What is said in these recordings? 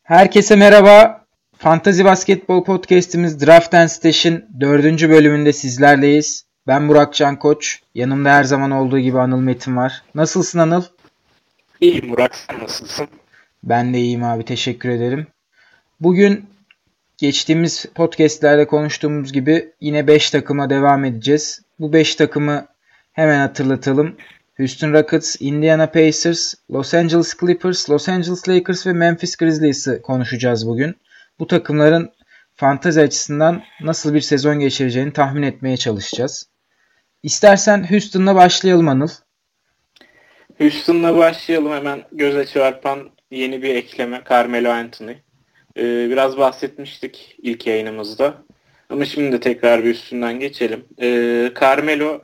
Herkese merhaba. Fantasy Basketbol Podcast'imiz Draft and Stash'in 4. bölümünde sizlerleyiz. Ben Burak Can Koç. Yanımda her zaman olduğu gibi Anıl Metin var. Nasılsın Anıl? İyiyim Burak, sen nasılsın? Ben de iyiyim abi, teşekkür ederim. Bugün geçtiğimiz podcastlerde konuştuğumuz gibi yine 5 takıma devam edeceğiz. Bu 5 takımı hemen hatırlatalım. Houston Rockets, Indiana Pacers, Los Angeles Clippers, Los Angeles Lakers ve Memphis Grizzlies'i konuşacağız bugün. Bu takımların fantezi açısından nasıl bir sezon geçireceğini tahmin etmeye çalışacağız. İstersen Houston'la başlayalım Anıl. Houston'la başlayalım, hemen göze çarpan yeni bir ekleme Carmelo Anthony. Biraz bahsetmiştik ilk yayınımızda. Ama şimdi de tekrar bir üstünden geçelim. Carmelo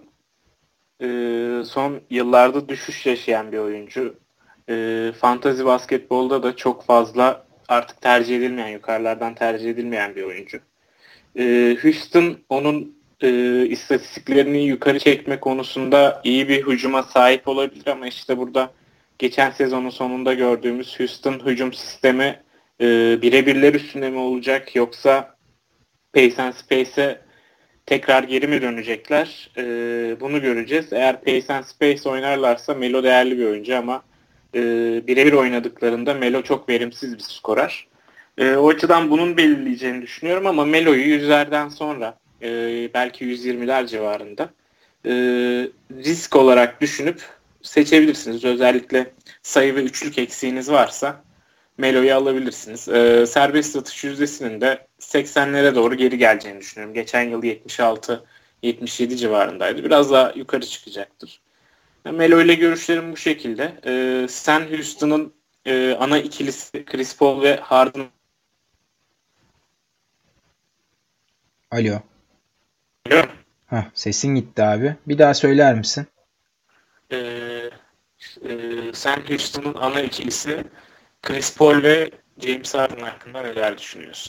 son yıllarda düşüş yaşayan bir oyuncu. Fantasy basketbolda da çok fazla artık tercih edilmeyen, yukarılardan tercih edilmeyen bir oyuncu. Houston onun istatistiklerini yukarı çekme konusunda iyi bir hücuma sahip olabilir ama işte burada geçen sezonun sonunda gördüğümüz Houston hücum sistemi birebirler üstüne mi olacak, yoksa Pace and Space'e tekrar geri mi dönecekler? Bunu göreceğiz. Eğer Pace and Space oynarlarsa Melo değerli bir oyuncu ama birebir oynadıklarında Melo çok verimsiz bir skorer. O açıdan bunun belirleyeceğini düşünüyorum ama Melo'yu yüzlerden sonra belki 120'ler civarında risk olarak düşünüp seçebilirsiniz. Özellikle sayı ve üçlük eksiğiniz varsa Melo'yu alabilirsiniz. Serbest atış yüzdesinin de 80'lere doğru geri geleceğini düşünüyorum. Geçen yıl 76-77 civarındaydı. Biraz daha yukarı çıkacaktır. Melo ile görüşlerim bu şekilde. Sen Houston'ın ana ikilisi Chris Paul ve Harden. Alo. Sesin gitti abi. Bir daha söyler misin? Sen Houston'ın ana ikilisi Chris Paul ve James Harden hakkında neler düşünüyorsun?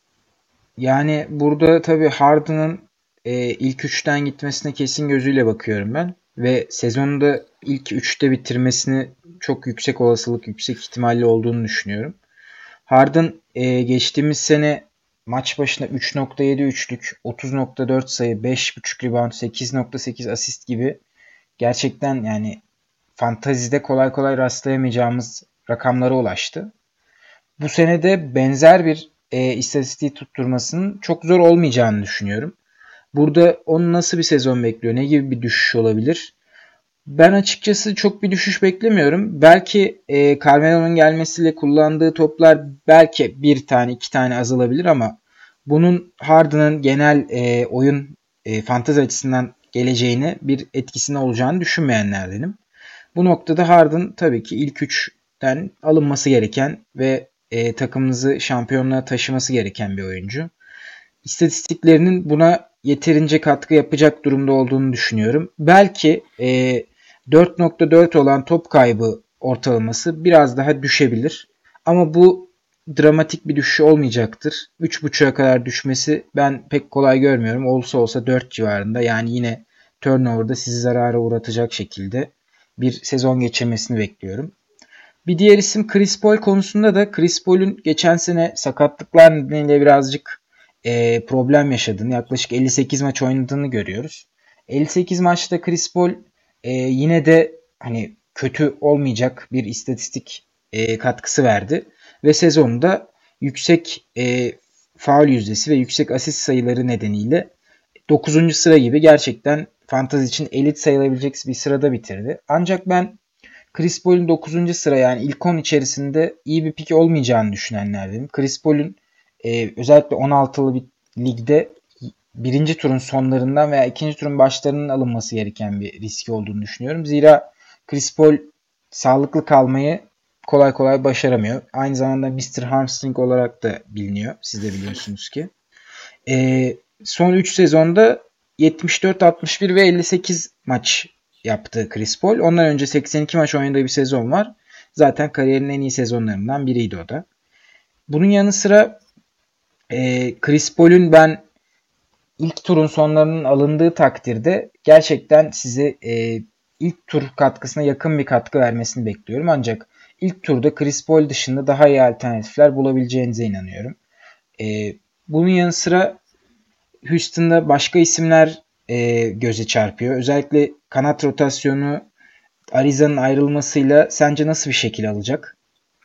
Yani burada tabii Harden'ın ilk 3'ten gitmesine kesin gözüyle bakıyorum ben. Ve sezonda ilk 3'te bitirmesini çok yüksek olasılık, yüksek ihtimalle olduğunu düşünüyorum. Harden geçtiğimiz sene maç başına 3.7 üçlük, 30.4 sayı, 5.5 rebound, 8.8 asist gibi gerçekten yani fantazide kolay kolay rastlayamayacağımız rakamlara ulaştı. Bu sene de benzer bir istatistiği tutturmasının çok zor olmayacağını düşünüyorum. Burada onu nasıl bir sezon bekliyor? Ne gibi bir düşüş olabilir? Ben açıkçası çok bir düşüş beklemiyorum. Belki Carmelo'nun gelmesiyle kullandığı toplar belki bir tane iki tane azalabilir ama bunun Harden'ın genel oyun fantezi açısından geleceğine bir etkisinin olacağını düşünmeyenlerdenim. Bu noktada Harden tabii ki ilk üçten alınması gereken ve takımınızı şampiyonluğa taşıması gereken bir oyuncu. İstatistiklerinin buna yeterince katkı yapacak durumda olduğunu düşünüyorum. Belki 4.4 olan top kaybı ortalaması biraz daha düşebilir. Ama bu dramatik bir düşüş olmayacaktır. 3.5'a kadar düşmesi ben pek kolay görmüyorum. Olsa 4 civarında, yani yine turnover'da sizi zarara uğratacak şekilde bir sezon geçirmesini bekliyorum. Bir diğer isim Chris Paul konusunda da Chris Paul'un geçen sene sakatlıklar nedeniyle birazcık problem yaşadığını, yaklaşık 58 maç oynadığını görüyoruz. 58 maçta Chris Paul yine de hani kötü olmayacak bir istatistik katkısı verdi. Ve sezonda yüksek faul yüzdesi ve yüksek asist sayıları nedeniyle 9. sıra gibi gerçekten fantezi için elit sayılabilecek bir sırada bitirdi. Ancak ben Chris Paul'un 9. sıra, yani ilk 10 içerisinde iyi bir pik olmayacağını düşünenlerdenim. Chris Paul'un özellikle 16'lı bir ligde birinci turun sonlarından veya ikinci turun başlarının alınması gereken bir riski olduğunu düşünüyorum. Zira Chris Paul sağlıklı kalmayı kolay kolay başaramıyor. Aynı zamanda Mr. Hamstring olarak da biliniyor. Siz de biliyorsunuz ki. Son 3 sezonda 74, 61 ve 58 maç yaptı Chris Paul. Ondan önce 82 maç oynadığı bir sezon var. Zaten kariyerinin en iyi sezonlarından biriydi o da. Bunun yanı sıra Chris Paul'un ben ilk turun sonlarının alındığı takdirde gerçekten size ilk tur katkısına yakın bir katkı vermesini bekliyorum. Ancak ilk turda Chris Paul dışında daha iyi alternatifler bulabileceğinize inanıyorum. Bunun yanı sıra Houston'da başka isimler göze çarpıyor. Özellikle kanat rotasyonu Ariza'nın ayrılmasıyla sence nasıl bir şekil alacak?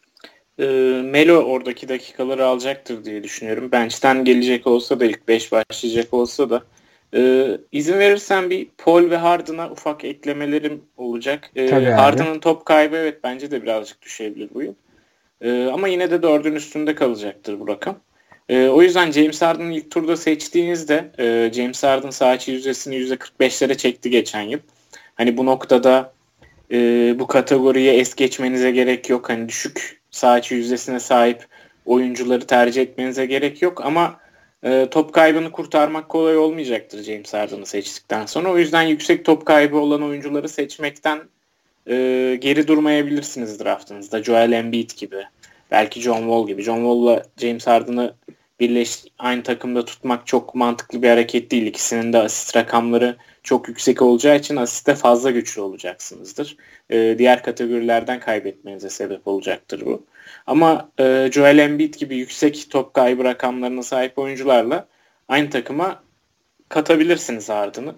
Melo oradaki dakikaları alacaktır diye düşünüyorum. Bench'ten gelecek olsa da ilk 5 başlayacak olsa da izin verirsen bir Paul ve Harden'a ufak eklemelerim olacak. Tabii abi. Harden'ın top kaybı evet bence de birazcık düşebilir bu yıl. Ama yine de 4'ün üstünde kalacaktır bu rakam. O yüzden James Harden'ı ilk turda seçtiğinizde James Harden saha içi yüzdesini %45'lere çekti geçen yıl. Hani bu noktada bu kategoriye es geçmenize gerek yok. Hani düşük saha içi yüzdesine sahip oyuncuları tercih etmenize gerek yok ama top kaybını kurtarmak kolay olmayacaktır James Harden'ı seçtikten sonra. O yüzden yüksek top kaybı olan oyuncuları seçmekten geri durmayabilirsiniz draftınızda. Joel Embiid gibi. Belki John Wall gibi. John Wall'la James Harden'ı aynı takımda tutmak çok mantıklı bir hareket değil. İkisinin de asist rakamları çok yüksek olacağı için asiste fazla güçlü olacaksınızdır. Diğer kategorilerden kaybetmenize sebep olacaktır bu. Ama Joel Embiid gibi yüksek top kaybı rakamlarına sahip oyuncularla aynı takıma katabilirsiniz Harden'ı.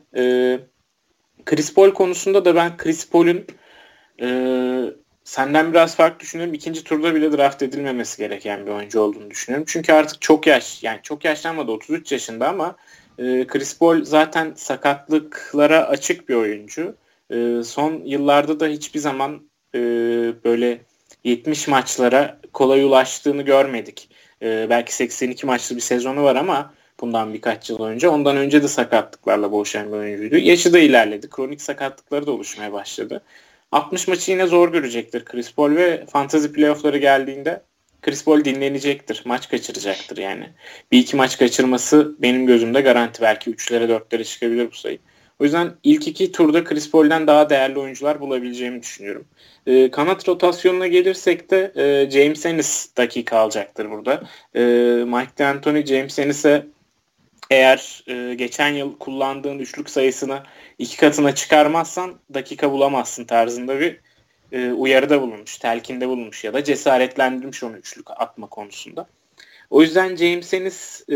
Chris Paul konusunda da ben Chris Paul'ün senden biraz farklı düşünüyorum. İkinci turda bile draft edilmemesi gereken bir oyuncu olduğunu düşünüyorum. Çünkü artık çok yaşlanmadı, 33 yaşında ama Chris Paul zaten sakatlıklara açık bir oyuncu. Son yıllarda da hiçbir zaman böyle 70 maçlara kolay ulaştığını görmedik. Belki 82 maçlı bir sezonu var ama bundan birkaç yıl önce. Ondan önce de sakatlıklarla boğuşan bir oyuncuydu. Yaşı da ilerledi. Kronik sakatlıkları da oluşmaya başladı. 60 maçı yine zor görecektir Chris Paul ve fantasy playoff'ları geldiğinde Chris Paul dinlenecektir. Maç kaçıracaktır yani. Bir iki maç kaçırması benim gözümde garanti. Belki 3'lere 4'lere çıkabilir bu sayı. O yüzden ilk iki turda Chris Paul'den daha değerli oyuncular bulabileceğimi düşünüyorum. Kanat rotasyonuna gelirsek de James Ennis dakika alacaktır burada. Mike D'Antoni James Ennis'e eğer geçen yıl kullandığın üçlük sayısını 2 katına çıkarmazsan dakika bulamazsın tarzında bir uyarıda bulunmuş, telkinde bulunmuş ya da cesaretlendirmiş onu üçlük atma konusunda. O yüzden James Ennis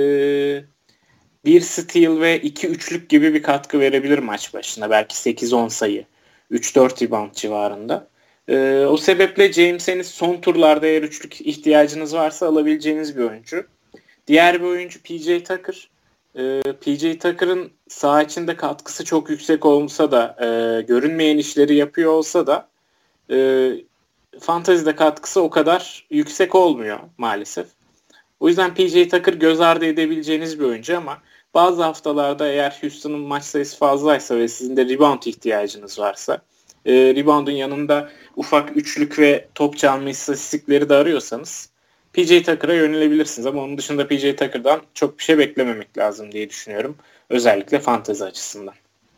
bir steal ve 2 üçlük gibi bir katkı verebilir maç başına. Belki 8-10 sayı, 3-4 rebound civarında. O sebeple James Ennis son turlarda eğer üçlük ihtiyacınız varsa alabileceğiniz bir oyuncu. Diğer bir oyuncu PJ Tucker. PJ Tucker'ın saha içinde katkısı çok yüksek olsa da görünmeyen işleri yapıyor olsa da fantezide katkısı o kadar yüksek olmuyor maalesef. O yüzden PJ Tucker göz ardı edebileceğiniz bir oyuncu ama bazı haftalarda eğer Houston'ın maç sayısı fazlaysa ve sizin de rebound ihtiyacınız varsa rebound'un yanında ufak üçlük ve top çalma istatistikleri de arıyorsanız PJ Tucker'a yönelebilirsiniz ama onun dışında PJ Tucker'dan çok bir şey beklememek lazım diye düşünüyorum. Özellikle fantezi açısından.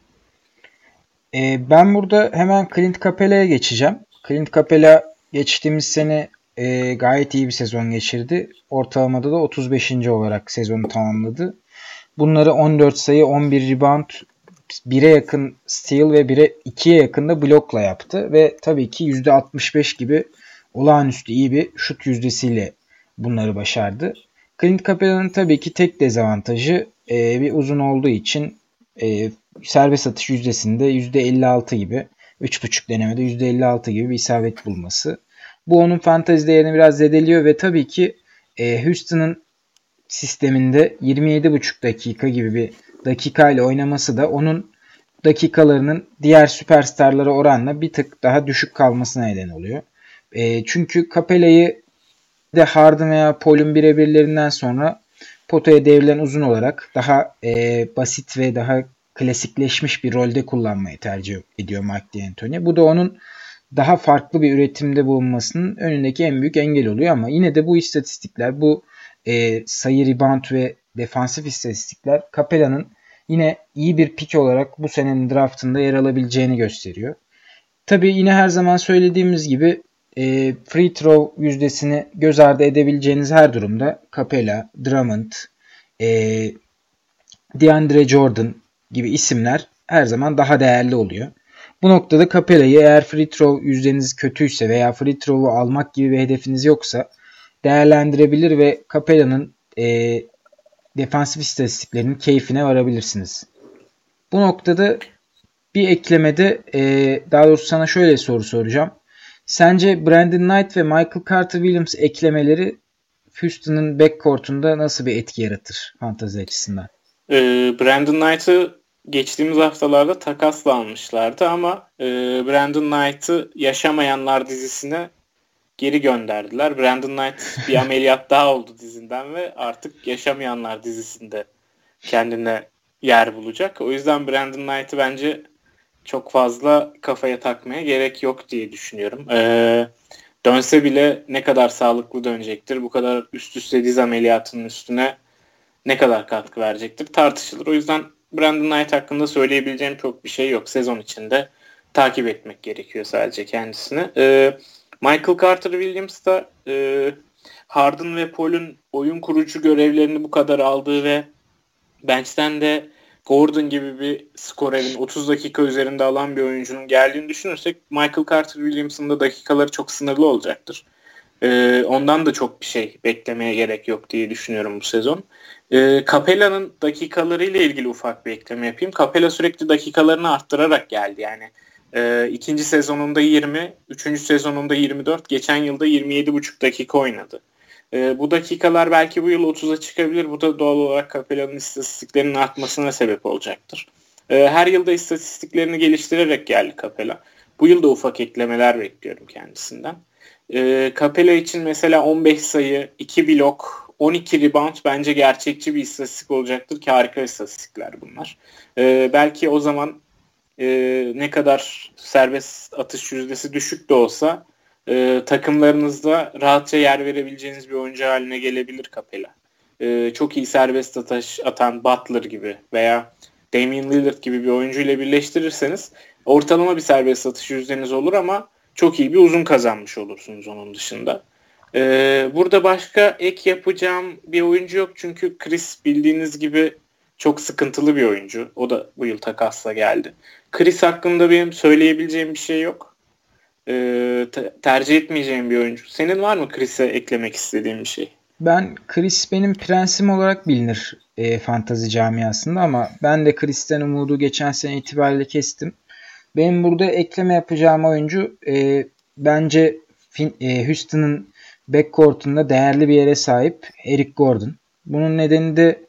Ben burada hemen Clint Capela'ya geçeceğim. Clint Capela geçtiğimiz sene gayet iyi bir sezon geçirdi. Ortalamada da 35. olarak sezonu tamamladı. Bunları 14 sayı, 11 rebound, 1'e yakın steal ve 2'ye yakın da blokla yaptı. Ve tabii ki %65 gibi olağanüstü iyi bir şut yüzdesiyle bunları başardı. Clint Capela'nın tabii ki tek dezavantajı bir uzun olduğu için serbest atış yüzdesinde %56 gibi, 3.5 denemede %56 gibi bir isabet bulması. Bu onun fantezi değerini biraz zedeliyor ve tabii ki Houston'ın sisteminde 27.5 dakika gibi bir dakikayla oynaması da onun dakikalarının diğer süperstarlara oranla bir tık daha düşük kalmasına neden oluyor. Çünkü Capela'yı de Harden veya Paul'un birebirlerinden sonra potaya devrilen uzun olarak daha basit ve daha klasikleşmiş bir rolde kullanmayı tercih ediyor Mike D'Antoni. Bu da onun daha farklı bir üretimde bulunmasının önündeki en büyük engel oluyor ama yine de bu istatistikler, bu sayı, rebound ve defansif istatistikler Capela'nın yine iyi bir pick olarak bu senenin draftında yer alabileceğini gösteriyor. Tabii yine her zaman söylediğimiz gibi free throw yüzdesini göz ardı edebileceğiniz her durumda Capela, Drummond, DeAndre Jordan gibi isimler her zaman daha değerli oluyor. Bu noktada Capella'yı eğer free throw yüzdeniz kötüyse veya free throw'u almak gibi bir hedefiniz yoksa değerlendirebilir ve Capella'nın defansif istatistiklerinin keyfine varabilirsiniz. Bu noktada bir eklemede daha doğrusu sana şöyle soru soracağım. Sence Brandon Knight ve Michael Carter Williams eklemeleri Houston'ın backcourt'unda nasıl bir etki yaratır fantazi açısından? Brandon Knight'ı geçtiğimiz haftalarda takasla almışlardı ama Brandon Knight'ı Yaşamayanlar dizisine geri gönderdiler. Brandon Knight bir ameliyat daha oldu dizinden ve artık Yaşamayanlar dizisinde kendine yer bulacak. O yüzden Brandon Knight'ı bence çok fazla kafaya takmaya gerek yok diye düşünüyorum. Dönse bile ne kadar sağlıklı dönecektir? Bu kadar üst üste diz ameliyatının üstüne ne kadar katkı verecektir tartışılır. O yüzden Brandon Knight hakkında söyleyebileceğim çok bir şey yok. Sezon içinde takip etmek gerekiyor sadece kendisini. Michael Carter Williams da Harden ve Paul'un oyun kurucu görevlerini bu kadar aldığı ve bench'ten de Gordon gibi bir skorerin 30 dakika üzerinde alan bir oyuncunun geldiğini düşünürsek Michael Carter Williams'ın da dakikaları çok sınırlı olacaktır. Ondan da çok bir şey beklemeye gerek yok diye düşünüyorum bu sezon. Capella'nın dakikalarıyla ilgili ufak bir ekleme yapayım. Capella sürekli dakikalarını arttırarak geldi. Yani ikinci sezonunda 20, üçüncü sezonunda 24, geçen yılda 27,5 dakika oynadı. Bu dakikalar belki bu yıl 30'a çıkabilir. Bu da doğal olarak Capella'nın istatistiklerinin artmasına sebep olacaktır. Her yılda istatistiklerini geliştirerek geldi Capella. Bu yıl da ufak eklemeler bekliyorum kendisinden. Capella için mesela 15 sayı, 2 blok, 12 rebound bence gerçekçi bir istatistik olacaktır ki harika istatistikler bunlar. Belki o zaman ne kadar serbest atış yüzdesi düşük de olsa takımlarınızda rahatça yer verebileceğiniz bir oyuncu haline gelebilir Capella. Çok iyi serbest atış atan Butler gibi veya Damian Lillard gibi bir oyuncu ile birleştirirseniz ortalama bir serbest atış yüzdeniz olur ama çok iyi bir uzun kazanmış olursunuz onun dışında. Burada başka ek yapacağım bir oyuncu yok çünkü Chris bildiğiniz gibi çok sıkıntılı bir oyuncu. O da bu yıl takasla geldi. Chris hakkında benim söyleyebileceğim bir şey yok. Tercih etmeyeceğim bir oyuncu. Senin var mı Chris'e eklemek istediğin bir şey? Chris benim prensim olarak bilinir fantazi camiasında ama ben de Chris'ten umudu geçen sene itibariyle kestim. Benim burada ekleme yapacağım oyuncu bence Houston'ın backcourt'unda değerli bir yere sahip Eric Gordon. Bunun nedeni de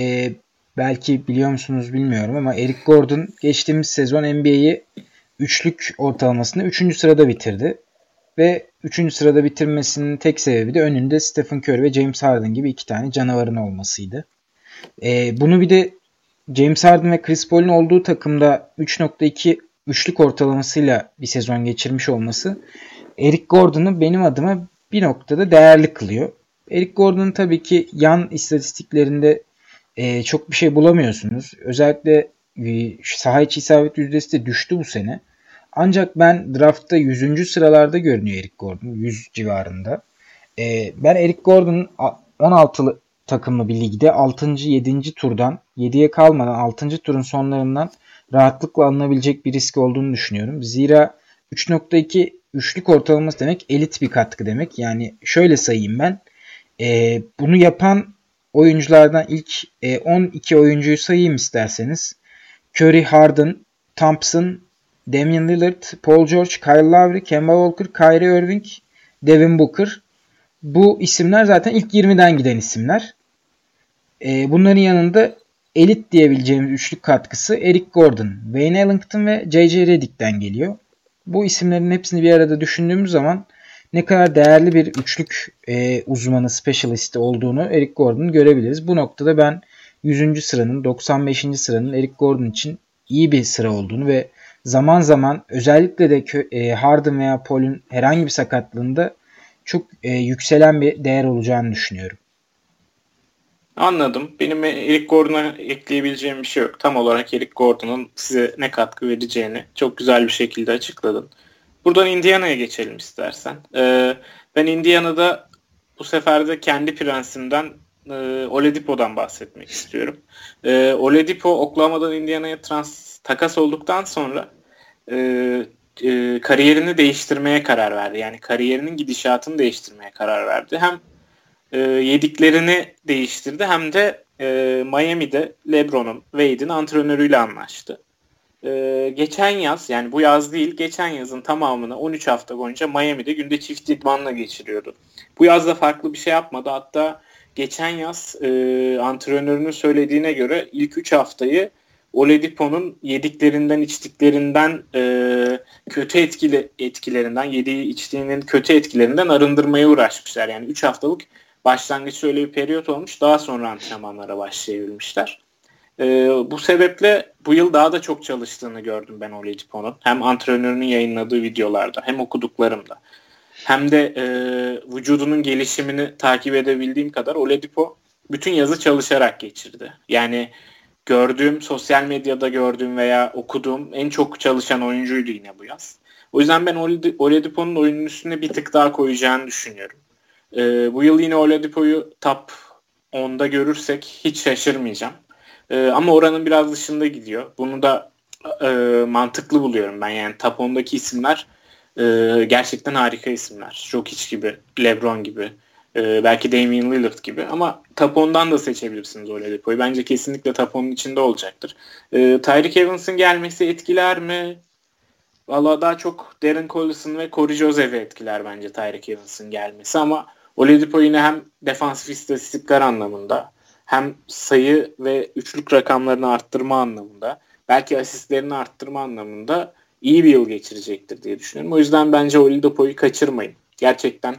belki biliyor musunuz bilmiyorum ama Eric Gordon geçtiğimiz sezon NBA'yi üçlük ortalamasında 3. sırada bitirdi. Ve 3. sırada bitirmesinin tek sebebi de önünde Stephen Curry ve James Harden gibi iki tane canavarın olmasıydı. Bunu bir de James Harden ve Chris Paul'un olduğu takımda 3.2 üçlük ortalamasıyla bir sezon geçirmiş olması Eric Gordon'u benim adıma bir noktada değerli kılıyor. Eric Gordon'un tabii ki yan istatistiklerinde çok bir şey bulamıyorsunuz. Özellikle saha içi isabet yüzdesi de düştü bu sene. Ancak ben draftta 100. sıralarda görünüyor Eric Gordon. 100 civarında. Ben Eric Gordon'un 16 takımlı bir ligde 6. 7. turdan 7'ye kalmadan 6. turun sonlarından rahatlıkla alınabilecek bir risk olduğunu düşünüyorum. Zira 3.2 üçlük ortalaması demek elit bir katkı demek. Yani şöyle sayayım ben. Bunu yapan oyunculardan ilk 12 oyuncuyu sayayım isterseniz. Curry, Harden, Thompson, Damian Lillard, Paul George, Kyle Lowry, Kemba Walker, Kyrie Irving, Devin Booker. Bu isimler zaten ilk 20'den giden isimler. Bunların yanında elit diyebileceğimiz üçlük katkısı Eric Gordon, Wayne Ellington ve J.J. Redick'ten geliyor. Bu isimlerin hepsini bir arada düşündüğümüz zaman ne kadar değerli bir üçlük uzmanı, specialist'i olduğunu Eric Gordon'un görebiliriz. Bu noktada ben 100. sıranın, 95. sıranın Eric Gordon için iyi bir sıra olduğunu ve zaman zaman özellikle de Harden veya Paul'un herhangi bir sakatlığında çok yükselen bir değer olacağını düşünüyorum. Anladım. Benim Eric Gordon'a ekleyebileceğim bir şey yok. Tam olarak Eric Gordon'un size ne katkı vereceğini çok güzel bir şekilde açıkladın. Buradan Indiana'ya geçelim istersen. Ben Indiana'da bu sefer de kendi prensimden Oladipo'dan bahsetmek istiyorum. Oladipo Oklahoma'dan Indiana'ya takas olduktan sonra kariyerini değiştirmeye karar verdi. Yani kariyerinin gidişatını değiştirmeye karar verdi. Hem yediklerini değiştirdi hem de Miami'de LeBron'un, Wade'in antrenörüyle anlaştı. Geçen yaz, yani bu yaz değil, geçen yazın tamamını 13 hafta boyunca Miami'de günde çift idmanla geçiriyordu. Bu yaz da farklı bir şey yapmadı. Hatta geçen yaz antrenörünün söylediğine göre ilk 3 haftayı Oladipo'nun yediklerinden, içtiklerinden, kötü etkilerinden, yediği içtiğinin kötü etkilerinden arındırmaya uğraşmışlar. Yani 3 haftalık başlangıçta öyle bir periyot olmuş. Daha sonra antrenmanlara başlayabilmişler. Bu sebeple bu yıl daha da çok çalıştığını gördüm ben Oladipo'nun. Hem antrenörünün yayınladığı videolarda hem okuduklarımda. Hem de vücudunun gelişimini takip edebildiğim kadar Oladipo bütün yazı çalışarak geçirdi. Yani sosyal medyada gördüğüm veya okuduğum en çok çalışan oyuncuydu yine bu yaz. O yüzden ben Oladipo'nun oyunun üstüne bir tık daha koyacağını düşünüyorum. Bu yıl yine Oladipo'yu top 10'da görürsek hiç şaşırmayacağım. Ama oranın biraz dışında gidiyor. Bunu da mantıklı buluyorum ben. Yani top 10'daki isimler gerçekten harika isimler. Jokic gibi, LeBron gibi, belki Damian Lillard gibi. Ama top 10'dan da seçebilirsiniz Oladipo'yu. Bence kesinlikle top 10'un içinde olacaktır. Tyreek Evans'ın gelmesi etkiler mi? Valla daha çok Darren Collison ve Corey Joseph'i etkiler bence Tyreek Evans'ın gelmesi. Ama Oladipo yine hem defansif istatistikler anlamında hem sayı ve üçlük rakamlarını arttırma anlamında, belki asistlerini arttırma anlamında iyi bir yıl geçirecektir diye düşünüyorum. O yüzden bence Oladipo'yu kaçırmayın. Gerçekten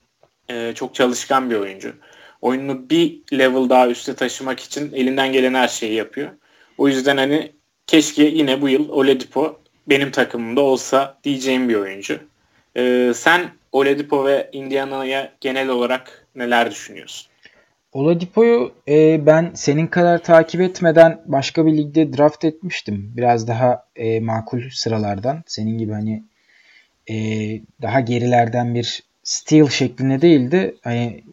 çok çalışkan bir oyuncu. Oyununu bir level daha üste taşımak için elinden gelen her şeyi yapıyor. O yüzden hani keşke yine bu yıl Oladipo benim takımımda olsa diyeceğim bir oyuncu. Sen Oladipo ve Indiana'ya genel olarak neler düşünüyorsun? Oladipo'yu ben senin kadar takip etmeden başka bir ligde draft etmiştim. Biraz daha makul sıralardan. Senin gibi hani daha gerilerden bir steal şeklinde değildi. Hani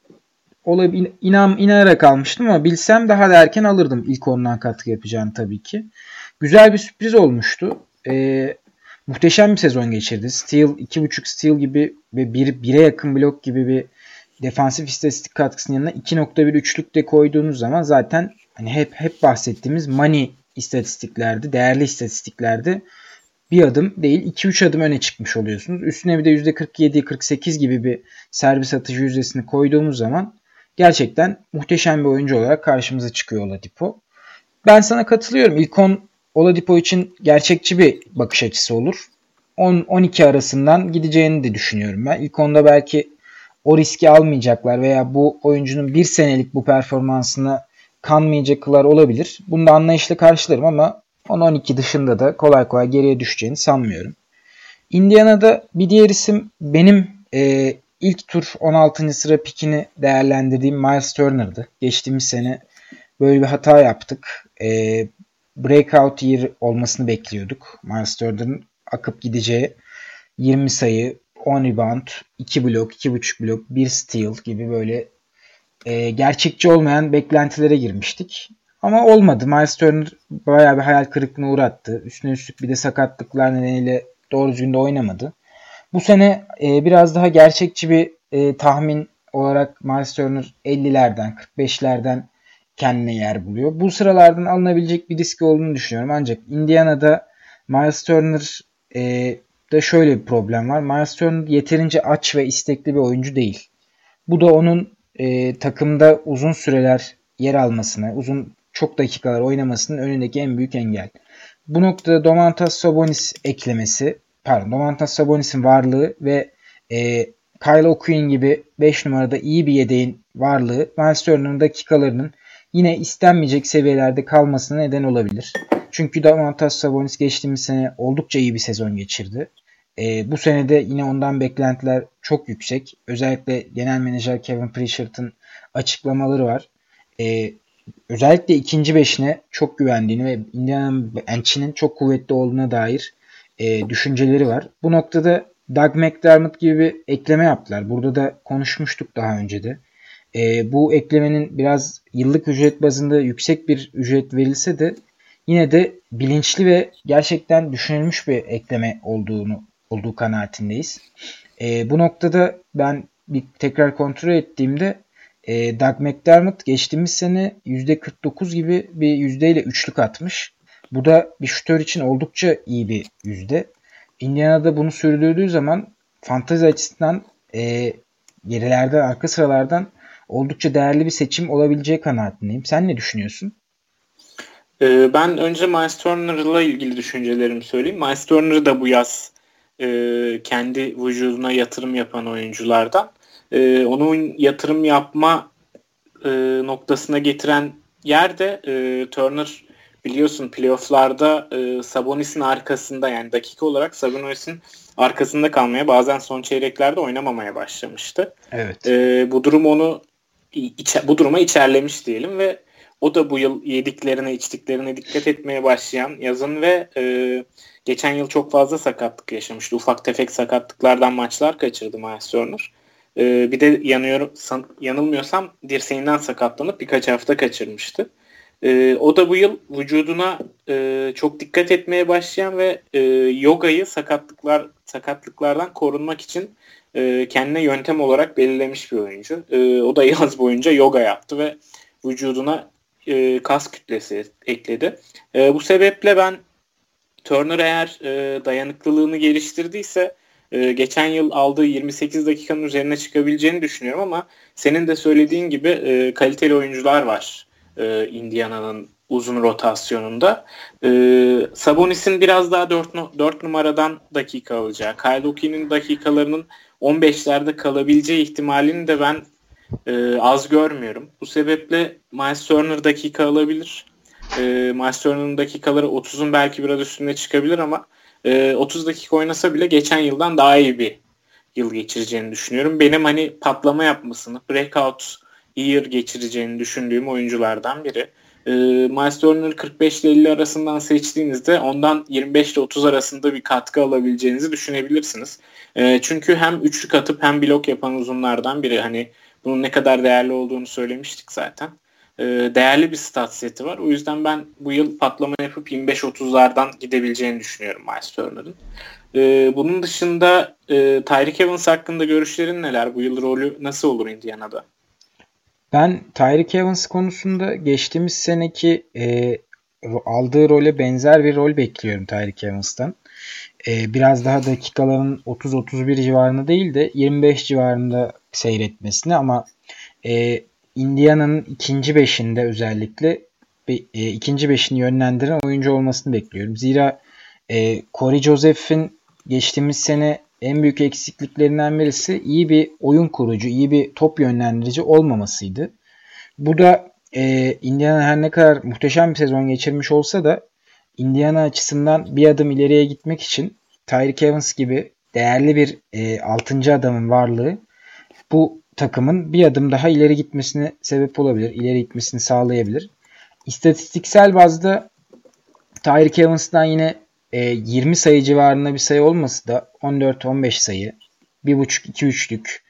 inanarak almıştım ama bilsem daha da erken alırdım ilk ondan katkı yapacağını tabii ki. Güzel bir sürpriz olmuştu. Muhteşem bir sezon geçirdi. Steal, 2.5 steal gibi ve 1'e yakın blok gibi bir defansif istatistik katkısının yanına 2.1 üçlük de koyduğunuz zaman zaten hani hep bahsettiğimiz money istatistiklerdi, değerli istatistiklerdi. Bir adım değil 2-3 adım öne çıkmış oluyorsunuz. Üstüne bir de %47-48 gibi bir servis atışı yüzdesini koyduğumuz zaman gerçekten muhteşem bir oyuncu olarak karşımıza çıkıyor Oladipo. Ben sana katılıyorum. İlk 10 Oladipo için gerçekçi bir bakış açısı olur. 10-12 arasından gideceğini de düşünüyorum ben. İlk 10'da belki o riski almayacaklar veya bu oyuncunun bir senelik bu performansına kanmayacaklar olabilir. Bunu da anlayışla karşılarım ama 10-12 dışında da kolay kolay geriye düşeceğini sanmıyorum. Indiana'da bir diğer isim benim ilk tur 16. sıra pikini değerlendirdiğim Miles Turner'dı. Geçtiğimiz sene böyle bir hata yaptık. Breakout year olmasını bekliyorduk. Miles Turner'ın akıp gideceği 20 sayı, 10 rebound, 2 blok, 2.5 blok, 1 steal gibi böyle gerçekçi olmayan beklentilere girmiştik. Ama olmadı. Miles Turner bayağı bir hayal kırıklığına uğrattı. Üstüne üstlük bir de sakatlıklar nedeniyle doğru düzgün de oynamadı. Bu sene biraz daha gerçekçi bir tahmin olarak Miles Turner 50'lerden, 45'lerden kendine yer buluyor. Bu sıralardan alınabilecek bir risk olduğunu düşünüyorum. Ancak Indiana'da Miles Turner da şöyle bir problem var. Miles Turner yeterince aç ve istekli bir oyuncu değil. Bu da onun takımda uzun süreler yer almasına, çok dakikalar oynamasının önündeki en büyük engel. Bu noktada Domantas Sabonis'in varlığı ve Kyle O'Quinn gibi 5 numarada iyi bir yedeğin varlığı Miles Turner'ın dakikalarının yine istenmeyecek seviyelerde kalmasına neden olabilir. Çünkü Domantas Sabonis geçtiğimiz sene oldukça iyi bir sezon geçirdi. Bu sene de yine ondan beklentiler çok yüksek. Özellikle genel menajer Kevin Pritchard'ın açıklamaları var. Özellikle ikinci beşine çok güvendiğini ve Indiana bench'inin çok kuvvetli olduğuna dair düşünceleri var. Bu noktada Doug McDermott gibi bir ekleme yaptılar. Burada da konuşmuştuk daha önce de. Bu eklemenin biraz yıllık ücret bazında yüksek bir ücret verilse de yine de bilinçli ve gerçekten düşünülmüş bir ekleme olduğu kanaatindeyiz. Bu noktada ben bir tekrar kontrol ettiğimde Doug McDermott geçtiğimiz sene %49 gibi bir yüzdeyle üçlük atmış. Bu da bir şutör için oldukça iyi bir yüzde. Indiana'da bunu sürdürdüğü zaman fantezi açısından gerilerden, arka sıralardan oldukça değerli bir seçim olabileceği kanaatindeyim. Sen ne düşünüyorsun? Ben önce Miles Turner'la ilgili düşüncelerimi söyleyeyim. Miles Turner da bu yaz kendi vücuduna yatırım yapan oyunculardan. Onun yatırım yapma noktasına getiren yerde Turner biliyorsun playoff'larda Sabonis'in arkasında, yani dakika olarak Sabonis'in arkasında kalmaya, bazen son çeyreklerde oynamamaya başlamıştı. Evet. Bu durum onu bu duruma içerlemiş diyelim ve o da bu yıl yediklerine, içtiklerine dikkat etmeye başlayan, yazın ve geçen yıl çok fazla sakatlık yaşamıştı. Ufak tefek sakatlıklardan maçlar kaçırdı Miles Turner. Bir de yanılmıyorsam dirseğinden sakatlanıp birkaç hafta kaçırmıştı. O da bu yıl vücuduna çok dikkat etmeye başlayan ve yogayı sakatlıklardan korunmak için kendine yöntem olarak belirlemiş bir oyuncu. O da yaz boyunca yoga yaptı ve vücuduna kas kütlesi ekledi. Bu sebeple ben Turner eğer dayanıklılığını geliştirdiyse geçen yıl aldığı 28 dakikanın üzerine çıkabileceğini düşünüyorum, ama senin de söylediğin gibi kaliteli oyuncular var Indiana'nın uzun rotasyonunda. Sabonis'in biraz daha 4 numaradan dakika alacağı, Kyle O'Keefe'nin dakikalarının 15'lerde kalabileceği ihtimalini de ben az görmüyorum. Bu sebeple Miles Turner dakika alabilir. Miles Turner'ın dakikaları 30'un belki biraz üstünde çıkabilir, ama 30 dakika oynasa bile geçen yıldan daha iyi bir yıl geçireceğini düşünüyorum. Benim hani patlama yapmasını, breakout year geçireceğini düşündüğüm oyunculardan biri. Miles Turner 45 ile 50 arasından seçtiğinizde ondan 25 ile 30 arasında bir katkı alabileceğinizi düşünebilirsiniz. Çünkü hem üçlük atıp hem blok yapan uzunlardan biri. Hani bunun ne kadar değerli olduğunu söylemiştik zaten. Değerli bir stat seti var. O yüzden ben bu yıl patlama yapıp 25-30'lardan gidebileceğini düşünüyorum Miles Turner'ın. Bunun dışında Tyreke Evans hakkında görüşlerin neler? Bu yıl rolü nasıl olur Indiana'da? Ben Tyreke Evans konusunda geçtiğimiz seneki aldığı role benzer bir rol bekliyorum Tyreke Evans'tan. Biraz daha dakikaların 30-31 civarında değil de 25 civarında seyretmesini, ama Indiana'nın ikinci beşinde özellikle ikinci beşini yönlendiren oyuncu olmasını bekliyorum. Zira Corey Joseph'in geçtiğimiz sene en büyük eksikliklerinden birisi iyi bir oyun kurucu, iyi bir top yönlendirici olmamasıydı. Bu da Indiana her ne kadar muhteşem bir sezon geçirmiş olsa da Indiana açısından bir adım ileriye gitmek için Tyreek Evans gibi değerli bir 6. adamın varlığı bu takımın bir adım daha ileri gitmesine sebep olabilir. İleri gitmesini sağlayabilir. İstatistiksel bazda Tyreek Evans'tan yine 20 sayı civarında bir sayı olması da 14-15 sayı, 1.5-2 üçlük,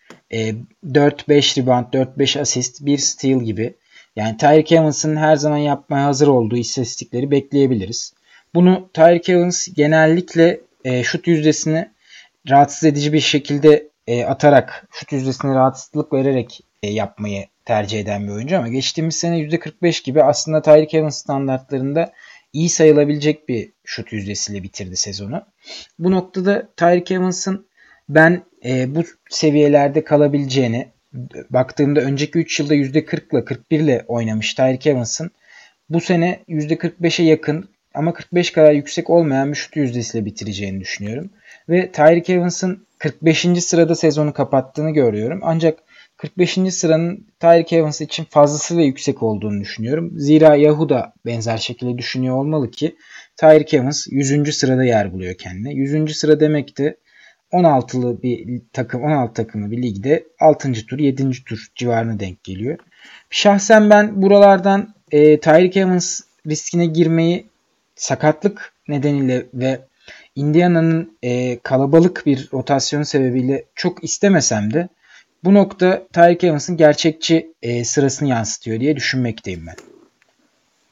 4-5 rebound, 4-5 asist, 1 steal gibi. Yani Tyreek Evans'ın her zaman yapmaya hazır olduğu istatistikleri bekleyebiliriz. Bunu Tyreek Evans genellikle şut yüzdesini rahatsız edici bir şekilde atarak, şut yüzdesine rahatsızlık vererek yapmayı tercih eden bir oyuncu, ama geçtiğimiz sene %45 gibi aslında Tyreek Evans standartlarında iyi sayılabilecek bir şut yüzdesiyle bitirdi sezonu. Bu noktada Tyreek Evans'ın ben bu seviyelerde kalabileceğini, baktığımda önceki 3 yılda %40 ile 41 ile oynamış Tyreek Evans'ın bu sene %45'e yakın ama 45 kadar yüksek olmayan bir şut yüzdesiyle bitireceğini düşünüyorum. Ve Tyreek Evans'ın 45. sırada sezonu kapattığını görüyorum. Ancak 45. sıranın Tyreek Evans için fazlasıyla yüksek olduğunu düşünüyorum. Zira Yahoo da benzer şekilde düşünüyor olmalı ki Tyreek Evans 100. sırada yer buluyor kendine. 100. sıra demek de 16'lı bir takım, 16 takımlı bir ligde 6. tur, 7. tur civarına denk geliyor. Şahsen ben buralardan Tyreek Evans riskine girmeyi sakatlık nedeniyle ve Indiana'nın kalabalık bir rotasyon sebebiyle çok istemesem de bu nokta Tyreek Evans'ın gerçekçi sırasını yansıtıyor diye düşünmekteyim ben.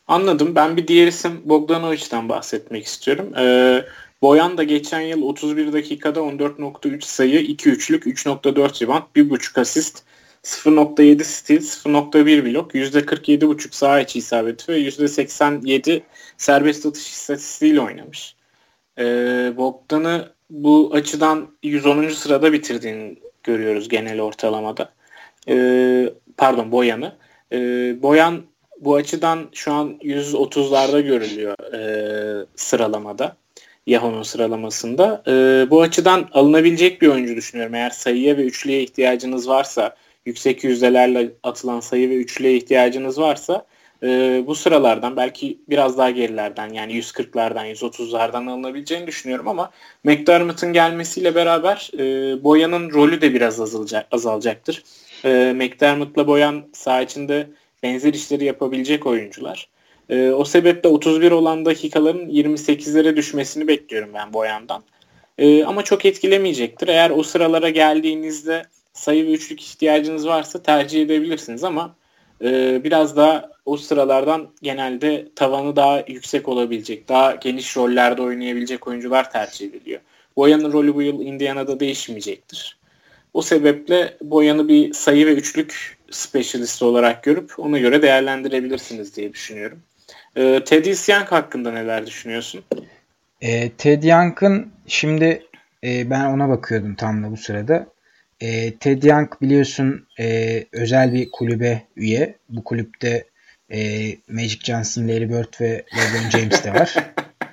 Anladım. Ben bir diğer isim Bogdanovic'den bahsetmek istiyorum. Boyan da geçen yıl 31 dakikada 14.3 sayı, 2 üçlük, 3.4 rebound, 1.5 asist, 0.7 steal, 0.1 blok, %47.5 saha içi isabeti ve %87 serbest atış istatistiğiyle oynamış. Bogdan'ı bu açıdan 110. sırada bitirdiğini görüyoruz genel ortalamada. Boyan'ı. Boyan bu açıdan şu an 130'larda görülüyor sıralamada. Yahoo'nun sıralamasında. Bu açıdan alınabilecek bir oyuncu düşünüyorum. Eğer sayıya ve üçlüye ihtiyacınız varsa, yüksek yüzdelerle atılan sayı ve üçlüye ihtiyacınız varsa bu sıralardan belki biraz daha gerilerden yani 140'lardan 130'lardan alınabileceğini düşünüyorum ama McDermott'ın gelmesiyle beraber Boyan'ın rolü de biraz azalacaktır. McDermott'la Boyan saha içinde benzer işleri yapabilecek oyuncular. O sebeple 31 olan dakikaların 28'lere düşmesini bekliyorum ben Boyan'dan. Ama çok etkilemeyecektir. Eğer o sıralara geldiğinizde sayı ve üçlük ihtiyacınız varsa tercih edebilirsiniz ama biraz daha o sıralardan genelde tavanı daha yüksek olabilecek, daha geniş rollerde oynayabilecek oyuncular tercih ediliyor. Boyan'ın rolü bu yıl Indiana'da değişmeyecektir. O sebeple Boyan'ı bir sayı ve üçlük specialist olarak görüp ona göre değerlendirebilirsiniz diye düşünüyorum. Thaddeus Young hakkında neler düşünüyorsun? Ted Young'ın şimdi ben ona bakıyordum tam da bu sırada. Ted Young biliyorsun özel bir kulübe üye. Bu kulüpte Magic Johnson, Larry Bird ve LeBron James de var.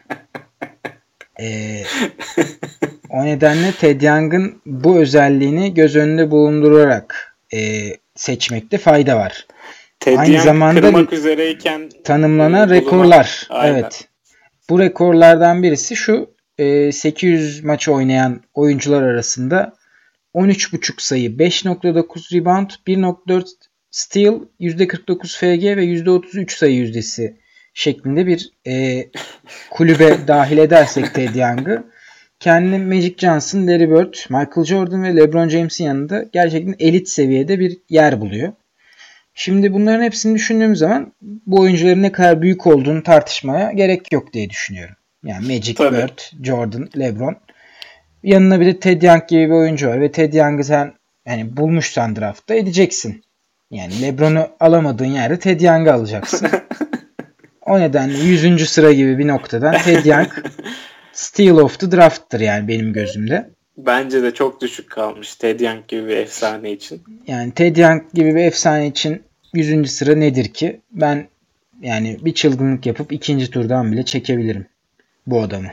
O nedenle Ted Young'ın bu özelliğini göz önünde bulundurarak seçmekte fayda var. Ted Aynı Young zamanda kırmak üzereyken tanımlanan rekorlar. Evet. Bu rekorlardan birisi şu. 800 maç oynayan oyuncular arasında 13.5 sayı, 5.9 rebound, 1.4 steal, %49 FG ve %33 sayı yüzdesi şeklinde bir kulübe dahil edersek Ted Young'ı kendi Magic Johnson, Larry Bird, Michael Jordan ve LeBron James'in yanında gerçekten elit seviyede bir yer buluyor. Şimdi bunların hepsini düşündüğümüz zaman bu oyuncuların ne kadar büyük olduğunu tartışmaya gerek yok diye düşünüyorum. Yani Magic, Bird, Jordan, LeBron. Yanına bir de Ted Young gibi bir oyuncu var ve Ted Young'ı sen yani bulmuşsan draftta edeceksin. Yani LeBron'u alamadığın yerde Ted Young'ı alacaksın. O nedenle 100. sıra gibi bir noktadan Ted Young Steal of the Draft'tır yani benim gözümde. Bence de çok düşük kalmış Ted Young gibi bir efsane için. Yani Ted Young gibi bir efsane için 100. sıra nedir ki? Ben yani bir çılgınlık yapıp 2. turdan bile çekebilirim bu adamı.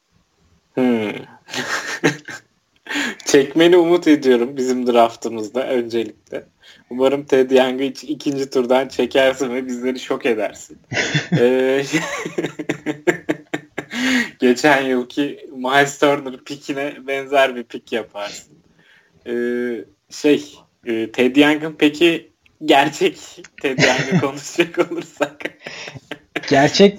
Çekmeni umut ediyorum bizim draftımızda öncelikle. Umarım Ted Young'ı 2. turdan çekersin ve bizleri şok edersin. Geçen yılki Miles Turner pikine benzer bir pik yaparsın. Ted Young'ın peki gerçek Ted Young'ı konuşacak olursak. Gerçek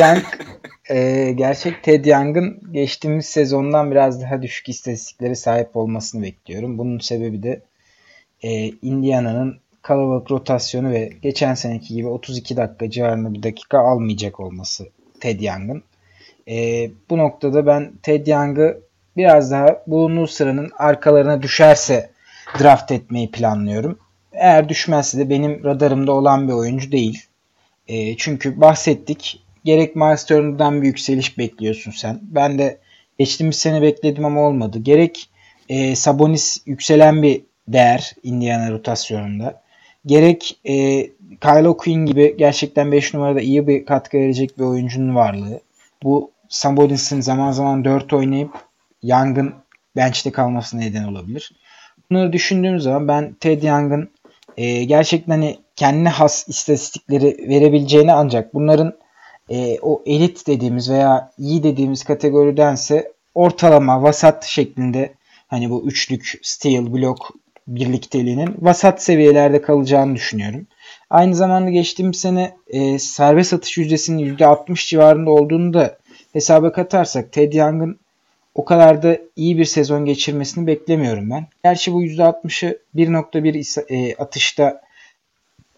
Ted Young'ın geçtiğimiz sezondan biraz daha düşük istatistiklere sahip olmasını bekliyorum. Bunun sebebi de Indiana'nın kalabalık rotasyonu ve geçen seneki gibi 32 dakika civarında bir dakika almayacak olması Ted Young'ın. Bu noktada ben Ted Young'ı biraz daha bulunduğu sıranın arkalarına düşerse draft etmeyi planlıyorum. Eğer düşmezse de benim radarımda olan bir oyuncu değil. Çünkü bahsettik. Gerek Miles Turner'dan bir yükseliş bekliyorsun sen. Ben de geçtiğimiz sene bekledim ama olmadı. Gerek Sabonis yükselen bir değer Indiana rotasyonunda. Gerek Kyle O'Quinn gibi gerçekten 5 numarada iyi bir katkı verecek bir oyuncunun varlığı. Bu Sabonis'in zaman zaman 4 oynayıp Young'ın bench'te kalmasına neden olabilir. Bunları düşündüğüm zaman ben Ted Young'ın gerçekten hani kendine has istatistikleri verebileceğini ancak bunların o elit dediğimiz veya iyi dediğimiz kategoridense ortalama vasat şeklinde hani bu üçlük, steal, blok birlikteliğinin vasat seviyelerde kalacağını düşünüyorum. Aynı zamanda geçtiğimiz sene serbest atış yüzdesinin %60 civarında olduğunu da hesaba katarsak Ted Young'ın o kadar da iyi bir sezon geçirmesini beklemiyorum ben. Gerçi bu %60'ı 1.1 atışta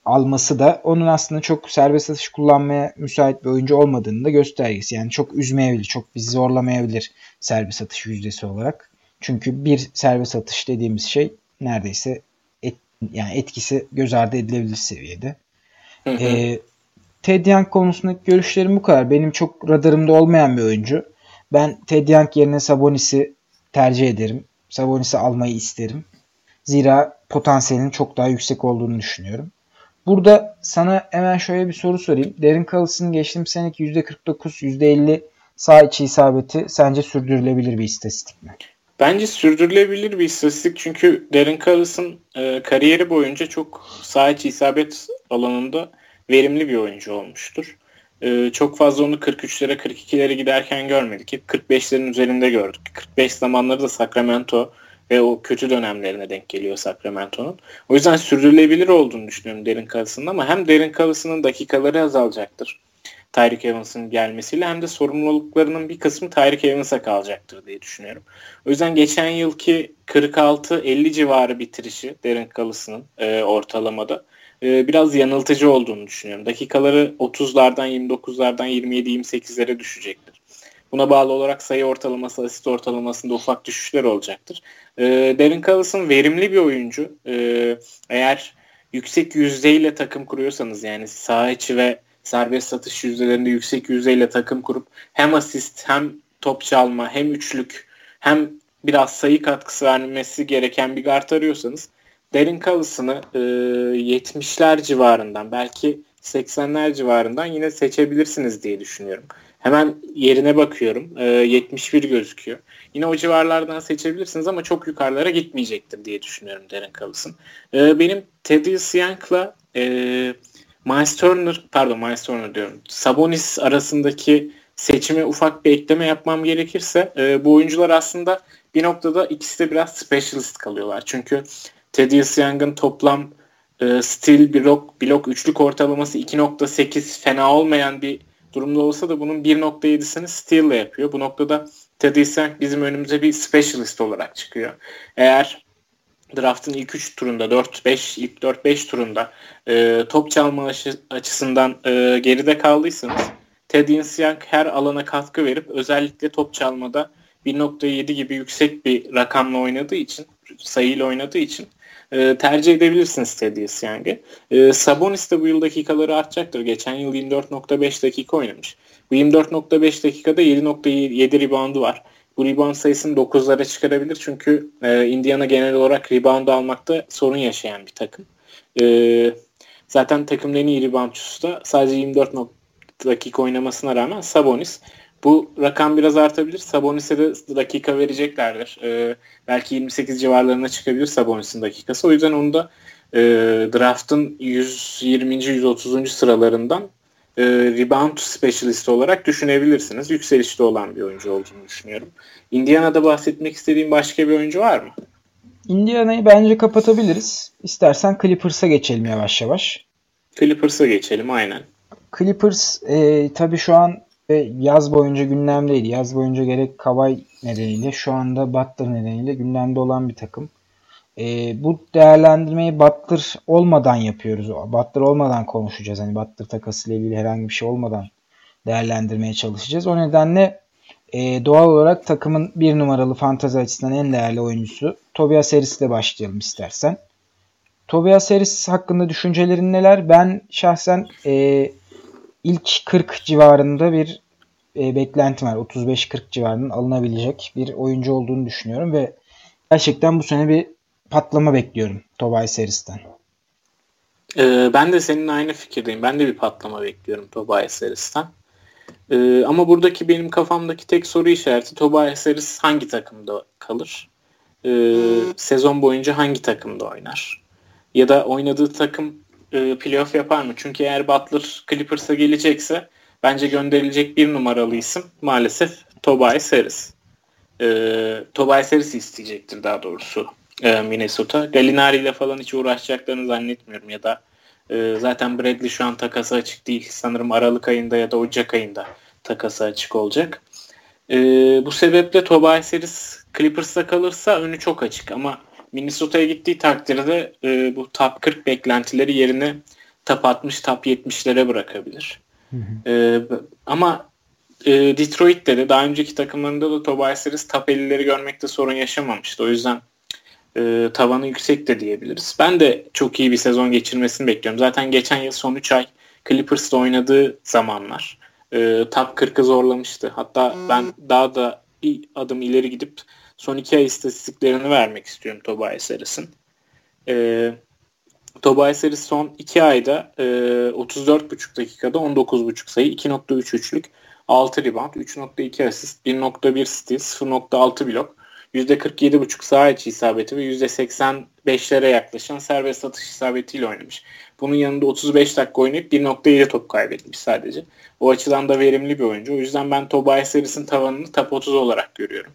alması da onun aslında çok serbest atış kullanmaya müsait bir oyuncu olmadığını da göstergesi. Yani çok üzmeyebilir, çok bizi zorlamayabilir serbest atış yüzdesi olarak. Çünkü bir serbest atış dediğimiz şey neredeyse yani etkisi göz ardı edilebilir seviyede. Hı hı. Ted Young konusundaki görüşlerim bu kadar. Benim çok radarımda olmayan bir oyuncu. Ben Ted Young yerine Sabonis'i tercih ederim. Sabonis'i almayı isterim. Zira potansiyelinin çok daha yüksek olduğunu düşünüyorum. Burada sana hemen şöyle bir soru sorayım. Darren Collins'in geçtiğimiz seneki %49, %50 sağ içi isabeti sence sürdürülebilir bir istatistik mi? Bence sürdürülebilir bir istatistik çünkü Darren Collins'ın kariyeri boyunca çok sağ içi isabet alanında verimli bir oyuncu olmuştur. Çok fazla onu 43'lere 42'lere giderken görmedik. Hep 45'lerin üzerinde gördük. 45 zamanları da Sacramento ve o kötü dönemlerine denk geliyor Sacramento'nun. O yüzden sürdürülebilir olduğunu düşünüyorum Darren Collins'ın ama hem Darren Collins'ın dakikaları azalacaktır Tyreek Evans'ın gelmesiyle hem de sorumluluklarının bir kısmı Tyreek Evans'a kalacaktır diye düşünüyorum. O yüzden geçen yılki 46-50 civarı bitirişi Darren Collins'ın ortalamada biraz yanıltıcı olduğunu düşünüyorum. Dakikaları 30'lardan 29'lardan 27-28'lere düşecektir. Buna bağlı olarak sayı ortalaması, asist ortalamasında ufak düşüşler olacaktır. Darren Collins'ın verimli bir oyuncu. Eğer yüksek yüzdeyle takım kuruyorsanız yani sağ içi ve serbest satış yüzdelerinde yüksek yüzdeyle takım kurup hem asist hem top çalma hem üçlük hem biraz sayı katkısı vermesi gereken bir guard arıyorsanız Darren Collins'ını 70'ler civarından belki 80'ler civarından yine seçebilirsiniz diye düşünüyorum. Hemen yerine bakıyorum. 71 gözüküyor. Yine o civarlardan seçebilirsiniz ama çok yukarılara gitmeyecektir diye düşünüyorum Darren Collins'ın. Benim Thaddeus Young'la Miles Turner diyorum. Sabonis arasındaki seçime ufak bir ekleme yapmam gerekirse bu oyuncular aslında bir noktada ikisi de biraz specialist kalıyorlar. Çünkü Thaddeus Young'ın toplam steal blok üçlük ortalaması 2.8 fena olmayan bir durumda olsa da bunun 1.7'sini steal ile yapıyor. Bu noktada Thaddeus Young bizim önümüze bir specialist olarak çıkıyor. Eğer draft'ın ilk 3 turunda, ilk 4-5 turunda top çalma açısından geride kaldıysanız Thaddeus Young her alana katkı verip özellikle top çalmada 1.7 gibi yüksek bir rakamla oynadığı için, sayıyla oynadığı için tercih edebilirsiniz Thaddeus Young'ı. Sabonis de bu yıl dakikaları artacaktır. Geçen yıl 24.5 dakika oynamış. Bu 24.5 dakikada 7.7 reboundu var. Bu rebound sayısını 9'lara çıkarabilir. Çünkü Indiana genel olarak rebound almakta sorun yaşayan bir takım. Zaten takımın en iyi reboundçusu da sadece 24 dakika oynamasına rağmen Sabonis. Bu rakam biraz artabilir. Sabonis'e de dakika vereceklerdir. Belki 28 civarlarına çıkabilir Sabonis'in dakikası. O yüzden onu da draft'ın 120. 130. sıralarından rebound specialist olarak düşünebilirsiniz. Yükselişte olan bir oyuncu olduğunu düşünüyorum. Indiana'da bahsetmek istediğim başka bir oyuncu var mı? Indiana'yı bence kapatabiliriz. İstersen Clippers'a geçelim yavaş yavaş. Clippers'a geçelim aynen. Clippers tabii şu an yaz boyunca gündemdeydi. Yaz boyunca gerek Kawhi nedeniyle şu anda Butler nedeniyle gündemde olan bir takım. Bu değerlendirmeyi Butler olmadan yapıyoruz. Butler olmadan konuşacağız. Hani Butler takasıyla ilgili herhangi bir şey olmadan değerlendirmeye çalışacağız. O nedenle doğal olarak takımın bir numaralı fantezi açısından en değerli oyuncusu Tobias Harris ile başlayalım istersen. Tobias Harris hakkında düşüncelerin neler? Ben şahsen ilk 40 civarında bir beklentim var. 35-40 civarının alınabilecek bir oyuncu olduğunu düşünüyorum ve gerçekten bu sene bir patlama bekliyorum Tobias Harris'ten. Ben de seninle aynı fikirdeyim. Ben de bir patlama bekliyorum Tobias Harris'ten. Ama buradaki benim kafamdaki tek soru işareti Tobias Harris hangi takımda kalır? Sezon boyunca hangi takımda oynar? Ya da oynadığı takım playoff yapar mı? Çünkü eğer Butler Clippers'a gelecekse bence gönderilecek bir numaralı isim maalesef Tobias Harris. Tobias Harris'i isteyecektir daha doğrusu Minnesota. Gallinari ile falan hiç uğraşacaklarını zannetmiyorum ya da zaten Bradley şu an takası açık değil. Sanırım Aralık ayında ya da Ocak ayında takası açık olacak. Bu sebeple Tobias Harris Clippers'ta kalırsa önü çok açık ama Minnesota'ya gittiği takdirde bu top 40 beklentileri yerine top 60, top 70'lere bırakabilir. Ama Detroit'te de daha önceki takımlarında da Tobias Harris top 50'leri görmekte sorun yaşamamıştı. O yüzden tavanı yüksek de diyebiliriz. Ben de çok iyi bir sezon geçirmesini bekliyorum. Zaten geçen yıl son 3 ay Clippers'ta oynadığı zamanlar top 40'ı zorlamıştı. Hatta ben daha da bir adım ileri gidip son 2 ay istatistiklerini vermek istiyorum Tobias Harris'in. Tobias Harris son 2 ayda 34,5 dakikada 19,5 sayı, 2.3 üçlük, 6 rebound, 3.2 asist, 1.1 steal, 0.6 blok, %47,5 saha içi isabeti ve %85'lere yaklaşan serbest atış isabetiyle oynamış. Bunun yanında 35 dakika oynayıp 1.7 top kaybetmiş sadece. O açıdan da verimli bir oyuncu. O yüzden ben Tobias Harris'in tavanını top 30 olarak görüyorum.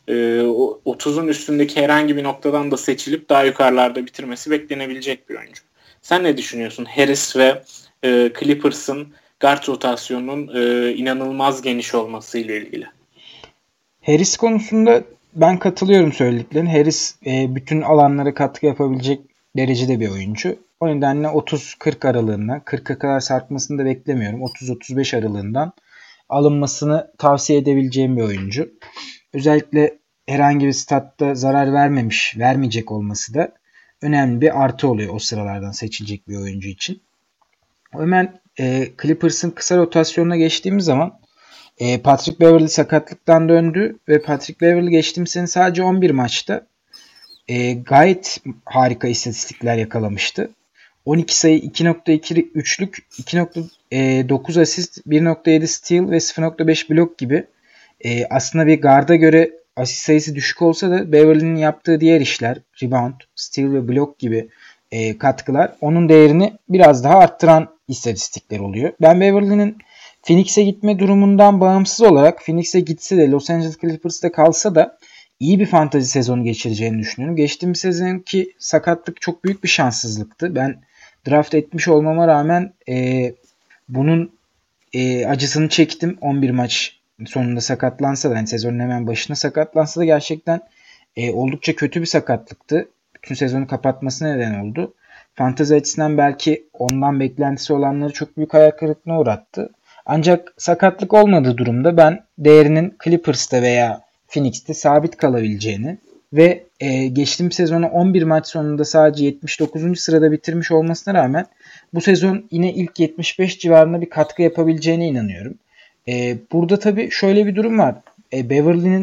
30'un üstündeki herhangi bir noktadan da seçilip daha yukarılarda bitirmesi beklenebilecek bir oyuncu. Sen ne düşünüyorsun? Harris ve Clippers'ın guard rotasyonunun inanılmaz geniş olması ile ilgili. Harris konusunda ben katılıyorum söylediklerine. Harris bütün alanlara katkı yapabilecek derecede bir oyuncu. O nedenle 30-40 aralığından, 40'a kadar sarkmasını da beklemiyorum. 30-35 aralığından alınmasını tavsiye edebileceğim bir oyuncu. Özellikle herhangi bir statta zarar vermeyecek olması da önemli bir artı oluyor o sıralardan seçilecek bir oyuncu için. Hemen Clippers'ın kısa rotasyonuna geçtiğimiz zaman Patrick Beverley sakatlıktan döndü ve Patrick Beverley geçtiğimiz sene sadece 11 maçta gayet harika istatistikler yakalamıştı. 12 sayı, 2.2 üçlük, 2.9 asist, 1.7 steal ve 0.5 blok gibi aslında bir guard'a göre asist sayısı düşük olsa da Beverley'nin yaptığı diğer işler, rebound, steal ve blok gibi katkılar onun değerini biraz daha arttıran istatistikler oluyor. Ben Beverley'nin Phoenix'e gitme durumundan bağımsız olarak Phoenix'e gitse de Los Angeles Clippers'ta kalsa da iyi bir fantazi sezonu geçireceğini düşünüyorum. Geçtiğimiz sezonki sakatlık çok büyük bir şanssızlıktı. Ben draft etmiş olmama rağmen bunun acısını çektim. 11 maç sonunda sakatlansa da, yani sezonun hemen başına sakatlansa da gerçekten oldukça kötü bir sakatlıktı. Bütün sezonu kapatmasına neden oldu. Fantezi açısından belki ondan beklentisi olanları çok büyük hayal kırıklığına uğrattı. Ancak sakatlık olmadığı durumda ben değerinin Clippers'ta veya Phoenix'te sabit kalabileceğini ve geçtiğimiz sezonu 11 maç sonunda sadece 79. sırada bitirmiş olmasına rağmen bu sezon yine ilk 75 civarında bir katkı yapabileceğine inanıyorum. Burada tabii şöyle bir durum var. Beverley'nin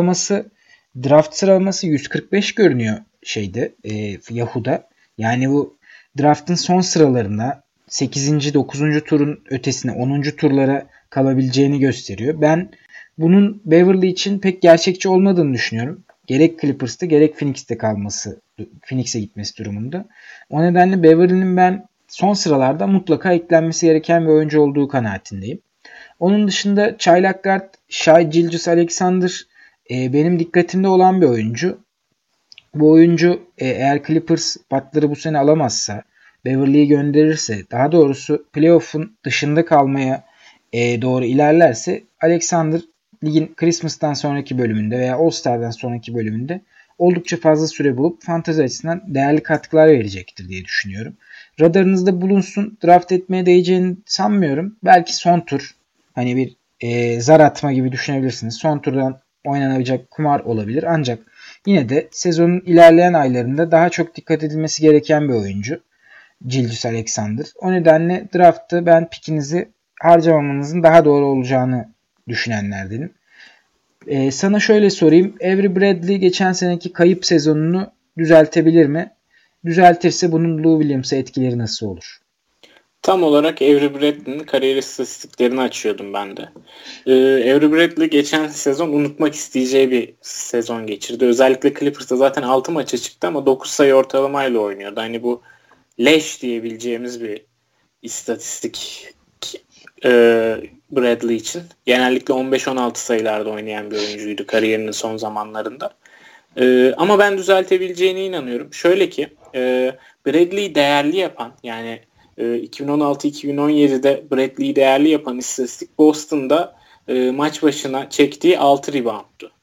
draft sıralaması 145 görünüyor Yahoo'da. Yani bu draft'ın son sıralarına 8. 9. turun ötesine 10. turlara kalabileceğini gösteriyor. Ben bunun Beverley için pek gerçekçi olmadığını düşünüyorum. Gerek Clippers'ta gerek Phoenix'e gitmesi durumunda. O nedenle Beverley'nin ben son sıralarda mutlaka eklenmesi gereken bir oyuncu olduğu kanaatindeyim. Onun dışında çaylak guard Shai Gilgeous-Alexander benim dikkatimde olan bir oyuncu. Bu oyuncu eğer Clippers Butler'ı bu sene alamazsa, Beverley'i gönderirse, daha doğrusu playoff'un dışında kalmaya doğru ilerlerse Alexander ligin Christmas'tan sonraki bölümünde veya All-Star'dan sonraki bölümünde oldukça fazla süre bulup fantezi açısından değerli katkılar verecektir diye düşünüyorum. Radarınızda bulunsun. Draft etmeye değeceğini sanmıyorum. Belki son tur, hani bir zar atma gibi düşünebilirsiniz. Son turdan oynanabilecek kumar olabilir. Ancak yine de sezonun ilerleyen aylarında daha çok dikkat edilmesi gereken bir oyuncu Gilgeous-Alexander. O nedenle draftta ben pikinizi harcamamanızın daha doğru olacağını düşünenlerdenim. Sana şöyle sorayım. Avery Bradley geçen seneki kayıp sezonunu düzeltebilir mi? Düzeltirse bunun Lou Williams'a etkileri nasıl olur? Tam olarak Avery Bradley'nin kariyer istatistiklerini açıyordum ben de. Avery Bradley geçen sezon unutmak isteyeceği bir sezon geçirdi. Özellikle Clippers'ta zaten 6 maça çıktı ama 9 sayı ortalamayla oynuyordu. Hani bu leş diyebileceğimiz bir istatistik Bradley için. Genellikle 15-16 sayılarda oynayan bir oyuncuydu kariyerinin son zamanlarında. Ama ben düzeltebileceğine inanıyorum. Şöyle ki Bradley'i değerli yapan, yani 2016-2017'de Bradley'i değerli yapan istatistik Boston'da maç başına çektiği 6 rebound'tu.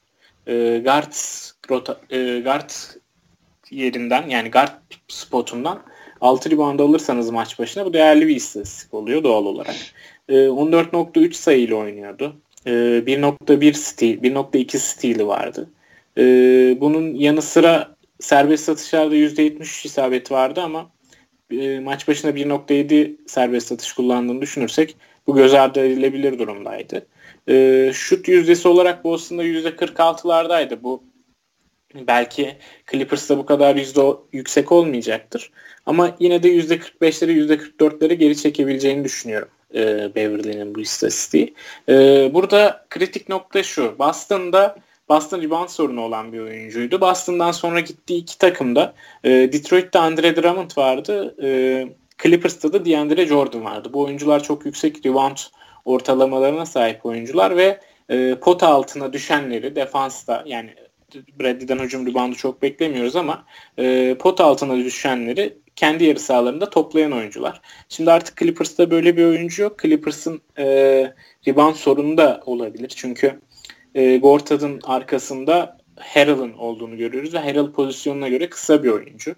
Guard yerinden, yani guard spotundan 6 rebound alırsanız maç başına bu değerli bir istatistik oluyor doğal olarak. 14.3 sayıyla oynuyordu. 1.1 steal, 1.2 steal'i vardı. Bunun yanı sıra serbest atışlarda %73 isabet vardı ama maç başına 1.7 serbest atış kullandığını düşünürsek bu göz ardı edilebilir durumdaydı. Şut yüzdesi olarak Boston'da %46'lardaydı. Bu belki Clippers'ta bu kadar yüksek olmayacaktır. Ama yine de %45'leri %44'leri geri çekebileceğini düşünüyorum Beverly'nin bu istatistiği. Burada kritik nokta şu. Boston rebound sorunu olan bir oyuncuydu. Boston'dan sonra gittiği iki takımda Detroit'te Andre Drummond vardı. Clippers'ta da DeAndre Jordan vardı. Bu oyuncular çok yüksek rebound ortalamalarına sahip oyuncular ve pota altına düşenleri defansta, yani Bradley'den hücum reboundu çok beklemiyoruz ama pot altına düşenleri kendi yarı sahalarında toplayan oyuncular. Şimdi artık Clippers'ta böyle bir oyuncu yok. Clippers'ın rebound sorunu da olabilir. Çünkü Gortat'ın arkasında Harrell'ın olduğunu görüyoruz ve Harrell pozisyonuna göre kısa bir oyuncu.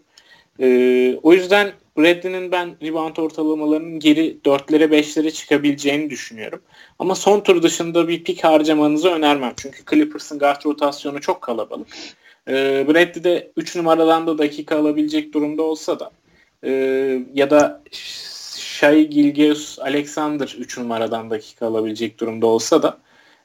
O yüzden Bradley'nin ben rebound ortalamalarının geri 4'lere 5'lere çıkabileceğini düşünüyorum. Ama son tur dışında bir pik harcamanızı önermem. Çünkü Clippers'ın guard rotasyonu çok kalabalık. Bradley de 3 numaradan da dakika alabilecek durumda olsa da ya da Shai Gilgeous-Alexander 3 numaradan dakika alabilecek durumda olsa da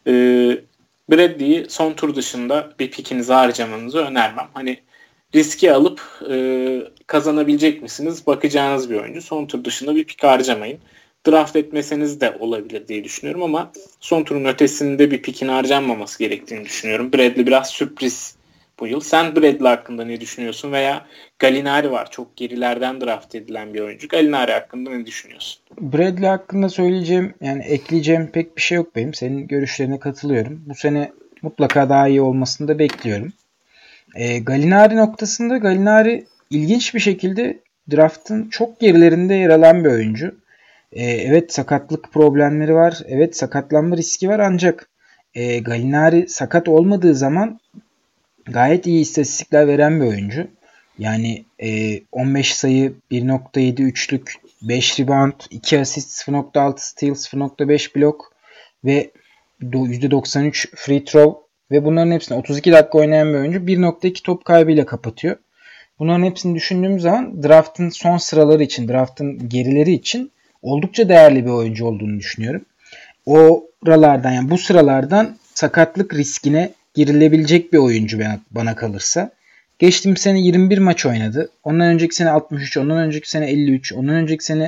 Bradley'i son tur dışında bir pikinizi harcamanızı önermem. Hani riski alıp kazanabilecek misiniz? Bakacağınız bir oyuncu. Son tur dışında bir pik harcamayın. Draft etmeseniz de olabilir diye düşünüyorum ama son turun ötesinde bir pikin harcanmaması gerektiğini düşünüyorum. Bradley biraz sürpriz bu yıl. Sen Bradley hakkında ne düşünüyorsun? Veya Gallinari var. Çok gerilerden draft edilen bir oyuncu. Gallinari hakkında ne düşünüyorsun? Bradley hakkında söyleyeceğim, yani ekleyeceğim pek bir şey yok benim. Senin görüşlerine katılıyorum. Bu sene mutlaka daha iyi olmasını da bekliyorum. Gallinari noktasında Gallinari ilginç bir şekilde draftın çok gerilerinde yer alan bir oyuncu. Evet, sakatlık problemleri var. Evet, sakatlanma riski var ancak Gallinari sakat olmadığı zaman gayet iyi istatistikler veren bir oyuncu. Yani 15 sayı, 1.7 üçlük, 5 rebound, 2 asist, 0.6 steal, 0.5 blok ve %93 free throw ve bunların hepsini 32 dakika oynayan bir oyuncu 1.2 top kaybıyla kapatıyor. Bunların hepsini düşündüğümüz zaman draft'ın son sıraları için, draft'ın gerileri için oldukça değerli bir oyuncu olduğunu düşünüyorum. Oralardan, yani bu sıralardan sakatlık riskine girilebilecek bir oyuncu bana kalırsa. Geçtiğimiz sene 21 maç oynadı. Ondan önceki sene 63, ondan önceki sene 53, ondan önceki sene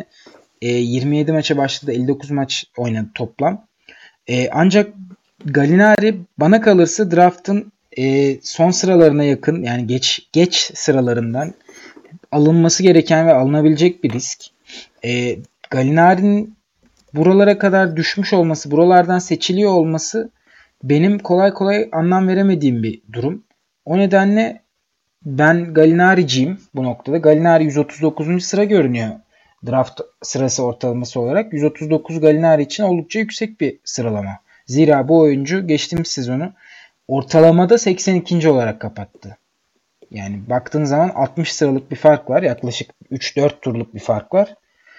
27 maça başladı. 59 maç oynadı toplam. Ancak Gallinari bana kalırsa draft'ın son sıralarına yakın, yani geç sıralarından alınması gereken ve alınabilecek bir risk. Gallinari'nin buralara kadar düşmüş olması, buralardan seçiliyor olması benim kolay kolay anlam veremediğim bir durum. O nedenle ben Gallinari'ciyim bu noktada. Gallinari 139. sıra görünüyor draft sırası ortalaması olarak. 139 Gallinari için oldukça yüksek bir sıralama. Zira bu oyuncu geçtiğimiz sezonu ortalamada 82. olarak kapattı. Yani baktığın zaman 60 sıralık bir fark var. Yaklaşık 3-4 turluk bir fark var.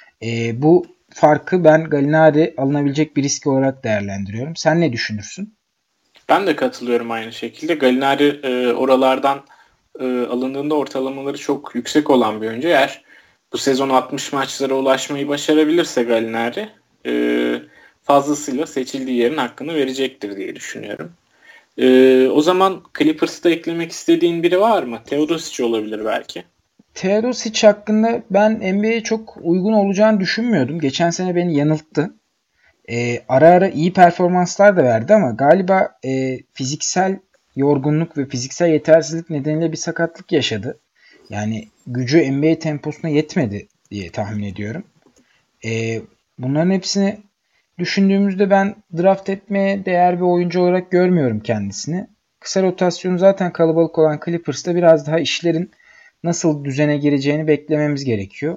Bu farkı ben Gallinari alınabilecek bir risk olarak değerlendiriyorum. Sen ne düşünürsün? Ben de katılıyorum aynı şekilde. Gallinari oralardan alındığında ortalamaları çok yüksek olan bir oyuncu. Eğer bu sezon 60 maçlara ulaşmayı başarabilirse Gallinari fazlasıyla seçildiği yerin hakkını verecektir diye düşünüyorum. O zaman Clippers'ta eklemek istediğin biri var mı? Teodosic olabilir belki. Teodosic hakkında ben NBA'ye çok uygun olacağını düşünmüyordum. Geçen sene beni yanılttı. Ara ara iyi performanslar da verdi ama galiba fiziksel yorgunluk ve fiziksel yetersizlik nedeniyle bir sakatlık yaşadı. Yani gücü NBA temposuna yetmedi diye tahmin ediyorum. Bunların hepsini düşündüğümüzde ben draft etmeye değer bir oyuncu olarak görmüyorum kendisini. Kısa rotasyonu zaten kalabalık olan Clippers'ta biraz daha işlerin nasıl düzene gireceğini beklememiz gerekiyor.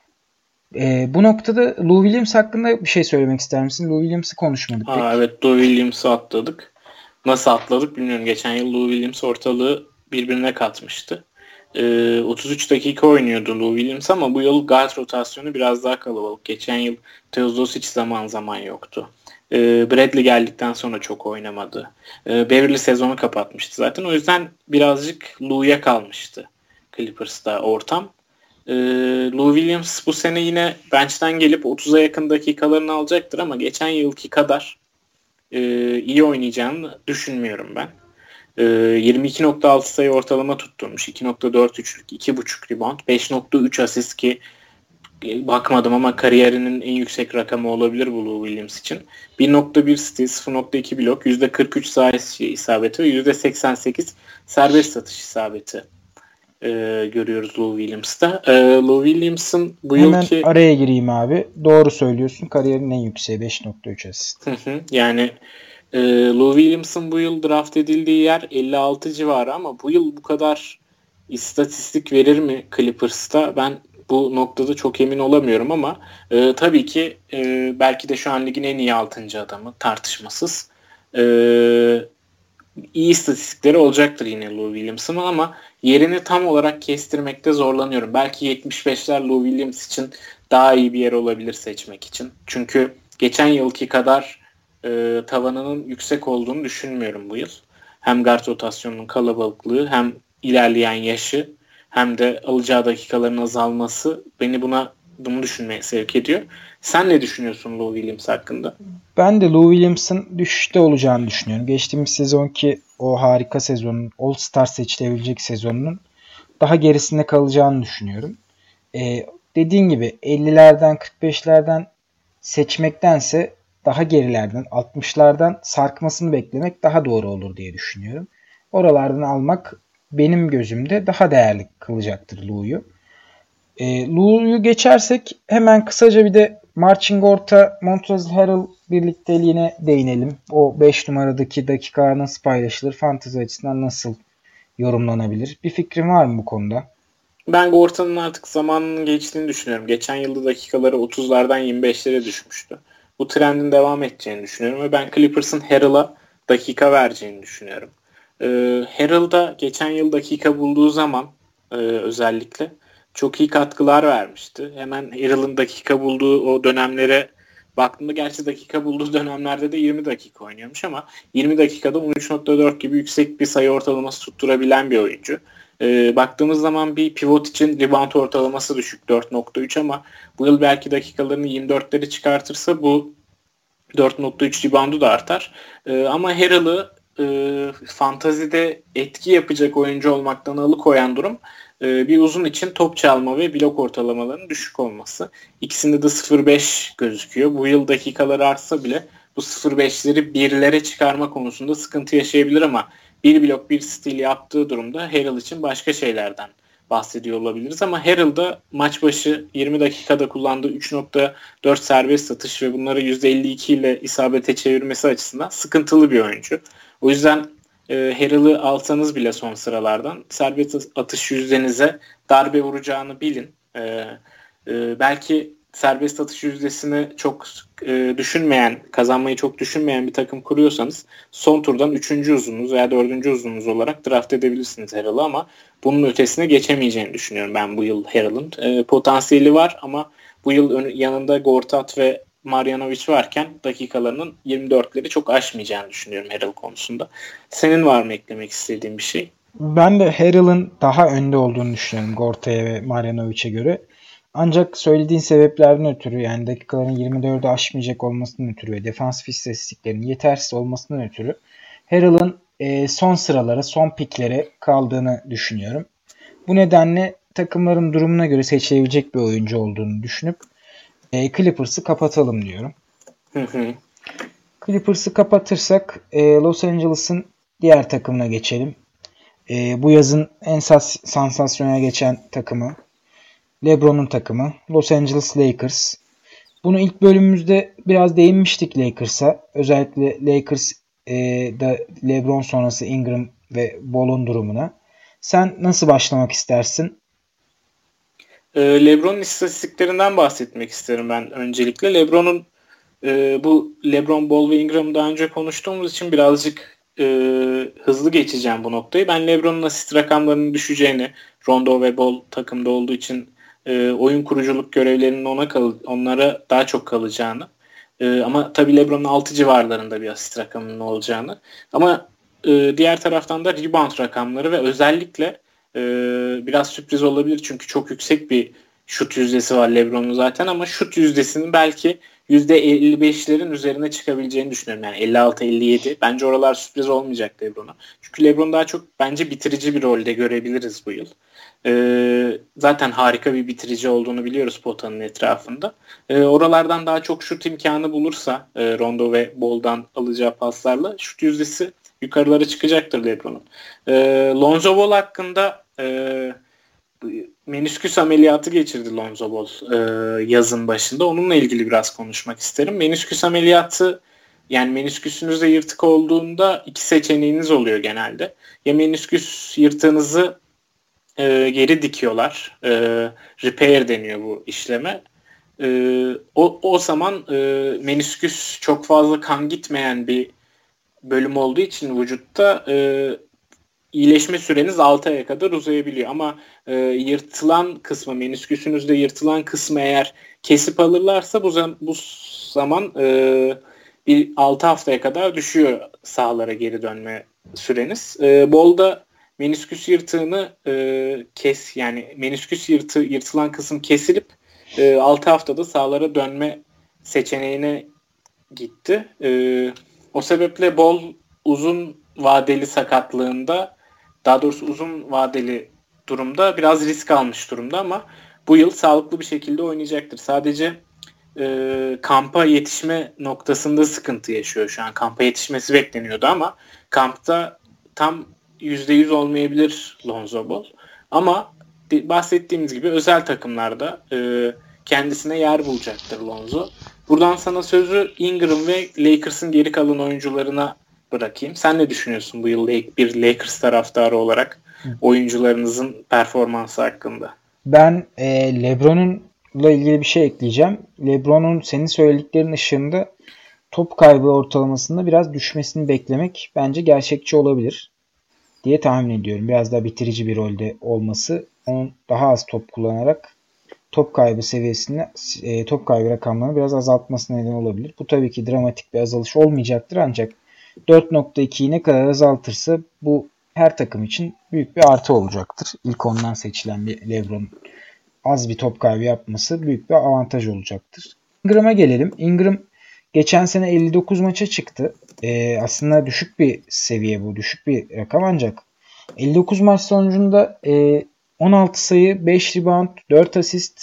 Bu noktada Lou Williams hakkında bir şey söylemek ister misin? Lou Williams'ı konuşmadık pek. Evet, Lou Williams'ı atladık. Nasıl atladık bilmiyorum. Geçen yıl Lou Williams ortalığı birbirine katmıştı. 33 dakika oynuyordu Lou Williams ama bu yıl guard rotasyonu biraz daha kalabalık. Geçen yıl Teodosic zaman zaman yoktu. Bradley geldikten sonra çok oynamadı. Beverly sezonu kapatmıştı zaten. O yüzden birazcık Lou'ya kalmıştı Clippers'ta ortam. Lou Williams bu sene yine bench'ten gelip 30'a yakın dakikalarını alacaktır ama geçen yılki kadar iyi oynayacağını düşünmüyorum ben. 22.6 sayı ortalama tutturmuş. 2.4 üçlük, 2.5 rebound, 5.3 asist ki bakmadım ama kariyerinin en yüksek rakamı olabilir bu Lou Williams için. 1.1 steal, 0.2 blok, %43 sayı isabeti ve %88 serbest atış isabeti görüyoruz Lou Williams'ta. Lou Williams'ın bu Hemen yılki... Hemen araya gireyim abi. Doğru söylüyorsun. Kariyerin en yükseği 5.3 asist. Yani Lou Williams'ın bu yıl draft edildiği yer 56 civarı ama bu yıl bu kadar istatistik verir mi Clippers'ta? Ben bu noktada çok emin olamıyorum ama tabii ki belki de şu an ligin en iyi 6. adamı tartışmasız. İyi istatistikleri olacaktır yine Lou Williams'ın ama yerini tam olarak kestirmekte zorlanıyorum. Belki 75'ler Lou Williams için daha iyi bir yer olabilir seçmek için. Çünkü geçen yılki kadar tavanının yüksek olduğunu düşünmüyorum bu yıl. Hem guard rotasyonunun kalabalıklığı hem ilerleyen yaşı hem de alacağı dakikaların azalması beni bunu düşünmeye sevk ediyor. Sen ne düşünüyorsun Lou Williams hakkında? Ben de Lou Williams'ın düşüşte olacağını düşünüyorum. Geçtiğimiz sezonki o harika sezonun, All-Star seçilebilecek sezonunun daha gerisinde kalacağını düşünüyorum. Dediğin gibi 50'lerden 45'lerden seçmektense daha gerilerden 60'lardan sarkmasını beklemek daha doğru olur diye düşünüyorum. Oralardan almak benim gözümde daha değerli kılacaktır Lou'yu. Lou'yu geçersek hemen kısaca bir de Marcin Gort'a Montrezl Harrell birlikteliğine değinelim. O 5 numaradaki dakika nasıl paylaşılır? Fantezi açısından nasıl yorumlanabilir? Bir fikrin var mı bu konuda? Ben Gorta'nın artık zamanının geçtiğini düşünüyorum. Geçen yılda dakikaları 30'lardan 25'lere düşmüştü. Bu trendin devam edeceğini düşünüyorum ve ben Clippers'ın Harrell'a dakika vereceğini düşünüyorum. Harrell geçen yıl dakika bulduğu zaman özellikle çok iyi katkılar vermişti. Hemen Harrell'ın dakika bulduğu o dönemlere baktığımda gerçi dakika bulduğu dönemlerde de 20 dakika oynuyormuş ama 20 dakikada 13.4 gibi yüksek bir sayı ortalaması tutturabilen bir oyuncu. Baktığımız zaman bir pivot için rebound ortalaması düşük 4.3 ama bu yıl belki dakikalarını 24'leri çıkartırsa bu 4.3 reboundu da artar. Ama Harrell'ı fantazide etki yapacak oyuncu olmaktan alıkoyan durum bir uzun için top çalma ve blok ortalamalarının düşük olması. İkisinde de 0.5 gözüküyor. Bu yıl dakikaları artsa bile bu 0.5'leri birlere çıkarma konusunda sıkıntı yaşayabilir ama bir blok bir steal yaptığı durumda Harrell için başka şeylerden bahsediyor olabiliriz ama Harrell'da maç başı 20 dakikada kullandığı 3.4 serbest atış ve bunları %52 ile isabete çevirmesi açısından sıkıntılı bir oyuncu. O yüzden Harrell'ı alsanız bile son sıralardan serbest atış yüzdenize darbe vuracağını bilin. Belki serbest atış yüzdesini çok düşünmeyen, kazanmayı çok düşünmeyen bir takım kuruyorsanız son turdan 3. uzununuz veya 4. uzununuz olarak draft edebilirsiniz Harrell'ı ama bunun ötesine geçemeyeceğini düşünüyorum ben bu yıl Harrell'ın. Potansiyeli var ama bu yıl yanında Gortat ve Marjanovic varken dakikalarının 24'leri çok aşmayacağını düşünüyorum Harrell konusunda. Senin var mı eklemek istediğin bir şey? Ben de Harrell'ın daha önde olduğunu düşünüyorum Gorta'ya ve Marjanovic'e göre. Ancak söylediğin sebeplerden ötürü yani dakikaların 24'ü aşmayacak olmasından ötürü ve defansif istatistiklerinin yetersiz olmasından ötürü Harrell'ın son sıralara, son piklere kaldığını düşünüyorum. Bu nedenle takımların durumuna göre seçilebilecek bir oyuncu olduğunu düşünüp Clippers'ı kapatalım diyorum. Clippers'ı kapatırsak Los Angeles'ın diğer takımına geçelim. Bu yazın en sansasyonel geçen takımı LeBron'un takımı Los Angeles Lakers. Bunu ilk bölümümüzde biraz değinmiştik Lakers'a. Özellikle Lakers da LeBron sonrası Ingram ve Ball'un durumuna. Sen nasıl başlamak istersin? LeBron'un istatistiklerinden bahsetmek isterim ben öncelikle. LeBron'un bu LeBron, Ball ve Ingram'ı daha önce konuştuğumuz için birazcık hızlı geçeceğim bu noktayı. Ben LeBron'un asist rakamlarının düşeceğini, Rondo ve Ball takımda olduğu için oyun kuruculuk görevlerinin onlara daha çok kalacağını, ama tabii LeBron'un 6 civarlarında bir asist rakamının olacağını, ama diğer taraftan da rebound rakamları ve özellikle biraz sürpriz olabilir çünkü çok yüksek bir şut yüzdesi var LeBron'un zaten, ama şut yüzdesinin belki %55'lerin üzerine çıkabileceğini düşünüyorum. Yani 56-57. Bence oralar sürpriz olmayacak LeBron'a. Çünkü LeBron daha çok bence bitirici bir rolde görebiliriz bu yıl. Zaten harika bir bitirici olduğunu biliyoruz potanın etrafında. Oralardan daha çok şut imkanı bulursa Rondo ve Ball'dan alacağı paslarla şut yüzdesi yukarılara çıkacaktır LeBron'un. Lonzo Ball hakkında menisküs ameliyatı geçirdi Lonzo Ball yazın başında. Onunla ilgili biraz konuşmak isterim. Menisküs ameliyatı, yani menisküsünüzde yırtık olduğunda iki seçeneğiniz oluyor genelde. Ya menisküs yırtığınızı geri dikiyorlar. Repair deniyor bu işleme. O zaman menisküs çok fazla kan gitmeyen bir bölüm olduğu için vücutta iyileşme süreniz 6 aya kadar uzayabiliyor. Ama yırtılan kısmı, menisküsünüzde yırtılan kısmı eğer kesip alırlarsa bu zaman bir 6 haftaya kadar düşüyor sahalara geri dönme süreniz. Ball'da menisküs yırtığını yani menisküs yırtılan kısım kesilip 6 haftada sahalara dönme seçeneğine gitti. O sebeple Ball uzun vadeli sakatlığında, daha doğrusu uzun vadeli durumda biraz risk almış durumda, ama bu yıl sağlıklı bir şekilde oynayacaktır. Sadece kampa yetişme noktasında sıkıntı yaşıyor şu an. Kampa yetişmesi bekleniyordu ama kampta tam %100 olmayabilir Lonzo Ball. Ama bahsettiğimiz gibi özel takımlarda kendisine yer bulacaktır Lonzo. Buradan sana sözü Ingram ve Lakers'ın geri kalan oyuncularına bırakayım. Sen ne düşünüyorsun bu yıl bir Lakers taraftarı olarak oyuncularınızın performansı hakkında? Ben LeBron'unla ilgili bir şey ekleyeceğim. LeBron'un senin söylediklerin ışığında top kaybı ortalamasında biraz düşmesini beklemek bence gerçekçi olabilir diye tahmin ediyorum. Biraz daha bitirici bir rolde olması, onun daha az top kullanarak top kaybı seviyesini, top kaybı rakamlarını biraz azaltmasına neden olabilir. Bu tabii ki dramatik bir azalış olmayacaktır, ancak 4.2'yi ne kadar azaltırsa bu her takım için büyük bir artı olacaktır. İlk ondan seçilen bir LeBron az bir top kaybı yapması büyük bir avantaj olacaktır. Ingram'a gelelim. Ingram geçen sene 59 maça çıktı. Aslında düşük bir seviye bu. Düşük bir rakam, ancak 59 maç sonucunda 16 sayı, 5 rebound, 4 asist,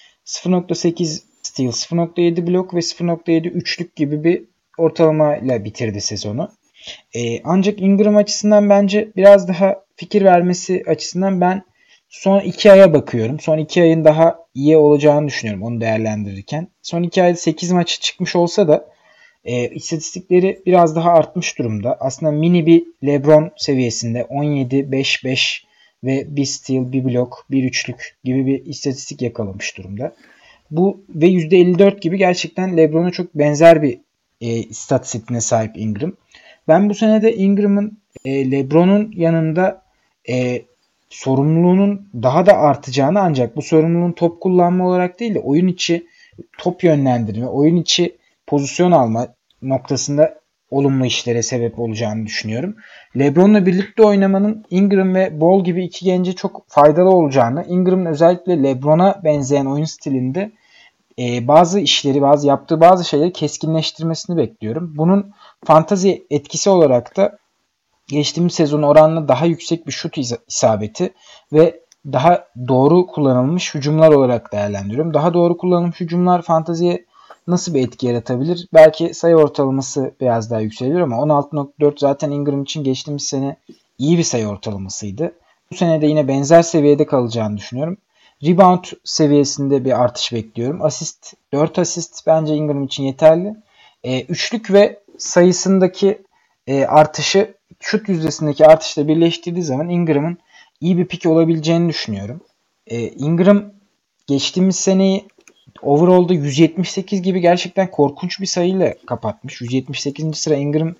0.8 steal, 0.7 blok ve 0.7 üçlük gibi bir ortalamayla bitirdi sezonu. Ancak Ingram açısından bence biraz daha fikir vermesi açısından ben son 2 aya bakıyorum. Son 2 ayın daha iyi olacağını düşünüyorum onu değerlendirirken. Son 2 ayda 8 maça çıkmış olsa da istatistikleri biraz daha artmış durumda. Aslında mini bir LeBron seviyesinde 17, 5, 5 ve 1 steal, 1 blok, 1 üçlük gibi bir istatistik yakalamış durumda. Bu ve %54 gibi gerçekten LeBron'a çok benzer bir istatistiğine sahip Ingram. Ben bu sene de Ingram'ın LeBron'un yanında sorumluluğunun daha da artacağını, ancak bu sorumluluğun top kullanma olarak değil de oyun içi top yönlendirme, oyun içi pozisyon alma noktasında olumlu işlere sebep olacağını düşünüyorum. LeBron'la birlikte oynamanın Ingram ve Ball gibi iki gence çok faydalı olacağını, Ingram'ın özellikle LeBron'a benzeyen oyun stilinde bazı işleri, yaptığı bazı şeyleri keskinleştirmesini bekliyorum. Bunun fantazi etkisi olarak da geçtiğimiz sezon oranla daha yüksek bir şut isabeti ve daha doğru kullanılmış hücumlar olarak değerlendiriyorum. Daha doğru kullanılmış hücumlar fantaziye nasıl bir etki yaratabilir? Belki sayı ortalaması biraz daha yükselir ama 16.4 zaten Ingram için geçtiğimiz sene iyi bir sayı ortalamasıydı. Bu sene de yine benzer seviyede kalacağını düşünüyorum. Rebound seviyesinde bir artış bekliyorum. 4 asist bence Ingram için yeterli. Üçlük ve sayısındaki artışı şut yüzdesindeki artışla birleştirdiği zaman Ingram'ın iyi bir pik olabileceğini düşünüyorum. Ingram geçtiğimiz seneyi overall'da 178 gibi gerçekten korkunç bir sayıyla kapatmış. 178. sıra Ingram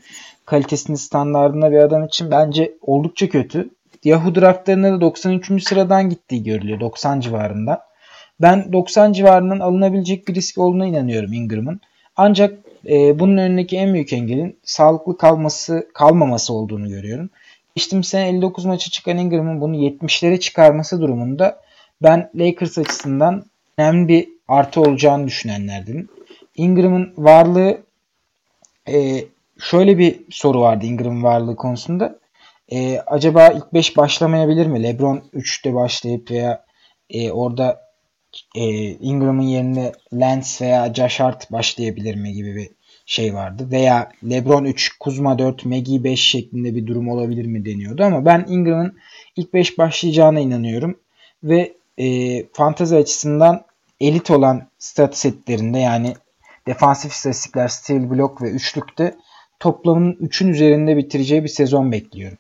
kalitesinin standardında bir adam için bence oldukça kötü. Yahoo draftlarında da 93. sıradan gittiği görülüyor. 90 civarında. Ben 90 civarından alınabilecek bir risk olduğuna inanıyorum Ingram'ın. Ancak bunun önündeki en büyük engelin sağlıklı kalmaması olduğunu görüyorum. Geçtiğimiz sene 59 maça çıkan Ingram'ın bunu 70'lere çıkarması durumunda ben Lakers açısından önemli bir artı olacağını düşünenlerdim. Ingram'ın varlığı şöyle bir soru vardı Ingram'ın varlığı konusunda. Acaba ilk 5 başlamayabilir mi? LeBron 3'te başlayıp veya orada Ingram'ın yerine Lance veya Josh Hart başlayabilir mi gibi bir şey vardı. Veya LeBron 3, Kuzma 4, Maggie 5 şeklinde bir durum olabilir mi deniyordu. Ama ben Ingram'ın ilk 5 başlayacağına inanıyorum. Ve fantazi açısından elit olan stat setlerinde yani defansif istatistikler, steal, blok ve üçlükte toplamının 3'ün üzerinde bitireceği bir sezon bekliyorum.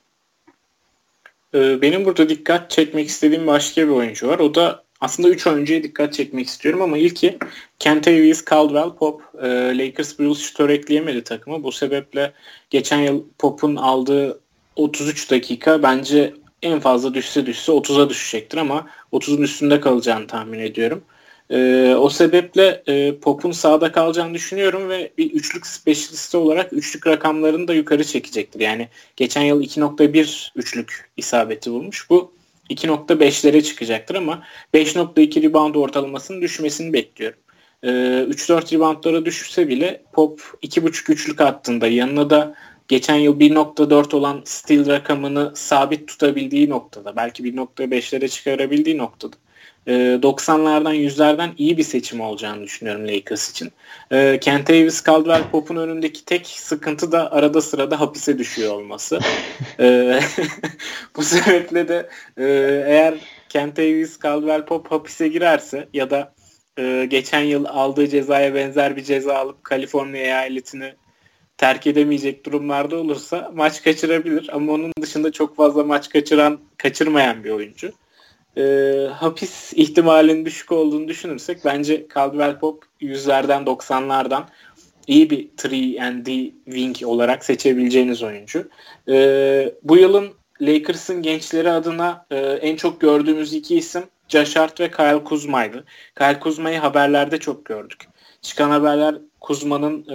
Benim burada dikkat çekmek istediğim başka bir oyuncu var. O da aslında 3 oyuncuya dikkat çekmek istiyorum ama ilki Kentavious Caldwell-Pope. Lakers bu yıl şutör ekleyemedi takıma. Bu sebeple geçen yıl Pope'un aldığı 33 dakika bence en fazla düşse 30'a düşecektir ama 30'un üstünde kalacağını tahmin ediyorum. O sebeple Pop'un sahada kalacağını düşünüyorum ve bir üçlük specialisti olarak üçlük rakamlarını da yukarı çekecektir. Yani geçen yıl 2.1 üçlük isabeti bulmuş. Bu 2.5'lere çıkacaktır ama 5.2 rebound ortalamasının düşmesini bekliyorum. 3-4 reboundlara düşürse bile Pop 2.5 üçlük attığında yanına da geçen yıl 1.4 olan steal rakamını sabit tutabildiği noktada belki 1.5'lere çıkarabildiği noktada 90'lardan 100'lerden iyi bir seçim olacağını düşünüyorum Lakers için. Kentavious Caldwell-Pope'un önündeki tek sıkıntı da arada sırada hapise düşüyor olması. Bu sebeple de eğer Kentavious Caldwell-Pope hapise girerse ya da geçen yıl aldığı cezaya benzer bir ceza alıp Kaliforniya eyaletini terk edemeyecek durumlarda olursa maç kaçırabilir. Ama onun dışında çok fazla maç kaçırmayan bir oyuncu. Hapis ihtimalinin düşük olduğunu düşünürsek bence Caldwell-Pope 100'lerden 90'lardan iyi bir 3&D wing olarak seçebileceğiniz oyuncu. Bu yılın Lakers'ın gençleri adına en çok gördüğümüz iki isim Josh Hart ve Kyle Kuzma'ydı. Kyle Kuzma'yı haberlerde çok gördük. Çıkan haberler Kuzma'nın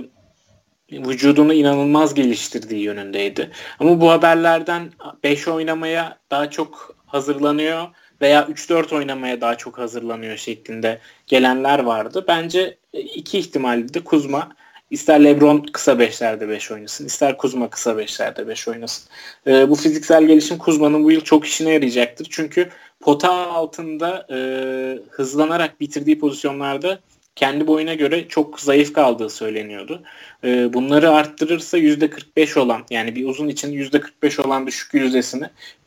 vücudunu inanılmaz geliştirdiği yönündeydi. Ama bu haberlerden 5 oynamaya daha çok hazırlanıyor veya 3-4 oynamaya daha çok hazırlanıyor şeklinde gelenler vardı. Bence iki ihtimalde de Kuzma ister LeBron kısa 5'lerde 5 oynasın, ister Kuzma kısa 5'lerde 5 oynasın. Bu fiziksel gelişim Kuzma'nın bu yıl çok işine yarayacaktır. Çünkü pota altında hızlanarak bitirdiği pozisyonlarda kendi boyuna göre çok zayıf kaldığı söyleniyordu. Bunları arttırırsa %45 olan yani bir uzun için %45 olan düşük yüzdesini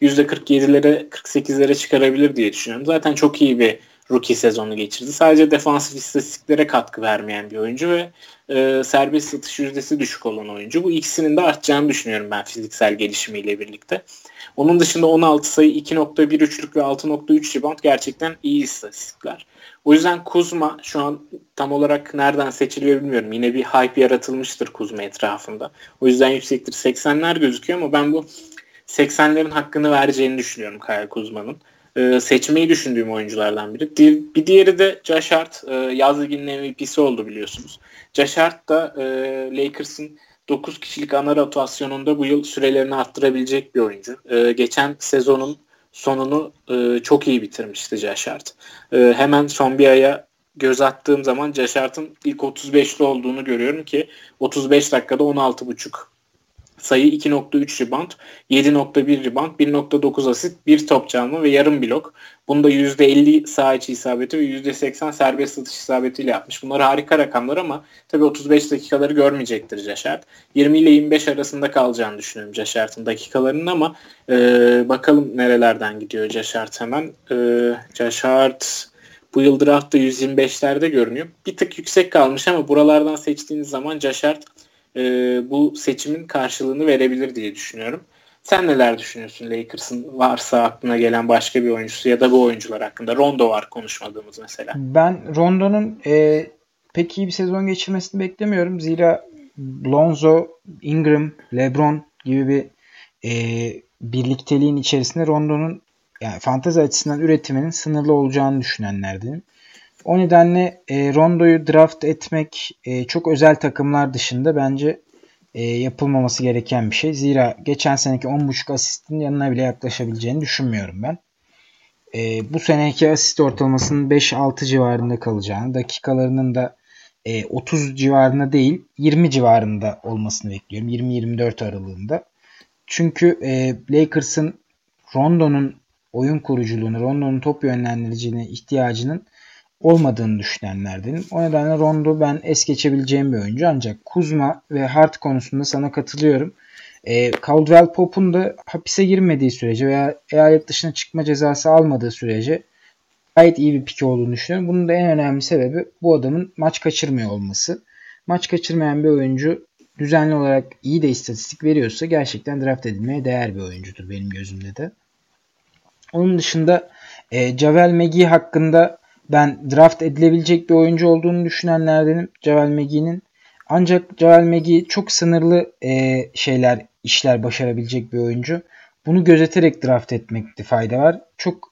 %47'lere 48'lere çıkarabilir diye düşünüyorum. Zaten çok iyi bir rookie sezonu geçirdi. Sadece defansif istatistiklere katkı vermeyen bir oyuncu ve serbest atış yüzdesi düşük olan oyuncu. Bu ikisinin de artacağını düşünüyorum ben fiziksel gelişimiyle birlikte. Onun dışında 16 sayı, 2.1 üçlük ve 6.3 rebound gerçekten iyi istatistikler. O yüzden Kuzma şu an tam olarak nereden seçiliyor bilmiyorum. Yine bir hype yaratılmıştır Kuzma etrafında. O yüzden yüksektir. 80'ler gözüküyor ama ben bu 80'lerin hakkını vereceğini düşünüyorum Kyle Kuzma'nın. Seçmeyi düşündüğüm oyunculardan biri. Bir diğeri de Josh Hart. Yaz liginin MVP'si oldu biliyorsunuz. Josh Hart da Lakers'ın 9 kişilik ana rotasyonunda bu yıl sürelerini arttırabilecek bir oyuncu. Geçen sezonun sonunu çok iyi bitirmişti Josh Hart. Hemen son bir aya göz attığım zaman Josh Hart'ın ilk 35'li olduğunu görüyorum ki 35 dakikada 16.5 sayı, 2.3 rebound, 7.1 rebound, 1.9 asist, 1 top çalma ve yarım blok. Bunda %50 saha içi isabeti ve %80 serbest atış isabetiyle yapmış. Bunlar harika rakamlar ama tabii 35 dakikaları görmeyecektir Josh Hart. 20 ile 25 arasında kalacağını düşünüyorum Josh Hart'ın dakikalarının ama bakalım nerelerden gidiyor Josh Hart hemen. Josh Hart bu yıl draftta 125'lerde görünüyor. Bir tık yüksek kalmış ama buralardan seçtiğiniz zaman Josh Hart bu seçimin karşılığını verebilir diye düşünüyorum. Sen neler düşünüyorsun Lakers'ın varsa aklına gelen başka bir oyuncusu ya da bu oyuncular hakkında? Rondo var konuşmadığımız mesela. Ben Rondo'nun pek iyi bir sezon geçirmesini beklemiyorum. Zira Lonzo, Ingram, LeBron gibi bir birlikteliğin içerisinde Rondo'nun yani fantezi açısından üretiminin sınırlı olacağını düşünenlerdenim. O nedenle Rondo'yu draft etmek çok özel takımlar dışında bence yapılmaması gereken bir şey. Zira geçen seneki 10.5 asistin yanına bile yaklaşabileceğini düşünmüyorum ben. Bu seneki asist ortalamasının 5-6 civarında kalacağını, dakikalarının da 30 civarında değil 20 civarında olmasını bekliyorum. 20-24 aralığında. Çünkü Lakers'ın Rondo'nun oyun kuruculuğunu, Rondo'nun top yönlendiriciliğine ihtiyacının olmadığını düşünenlerdenim. O nedenle Rondo ben es geçebileceğim bir oyuncu. Ancak Kuzma ve Hart konusunda sana katılıyorum. Caldwell Pope'un da hapise girmediği sürece veya eyalet dışına çıkma cezası almadığı sürece gayet iyi bir pik olduğunu düşünüyorum. Bunun da en önemli sebebi bu adamın maç kaçırmıyor olması. Maç kaçırmayan bir oyuncu düzenli olarak iyi de istatistik veriyorsa gerçekten draft edilmeye değer bir oyuncudur benim gözümde de. Onun dışında Javel McGee hakkında ben draft edilebilecek bir oyuncu olduğunu düşünenlerdenim Javel McGee'nin. Ancak Javel McGee çok sınırlı işler başarabilecek bir oyuncu. Bunu gözeterek draft etmekte fayda var. Çok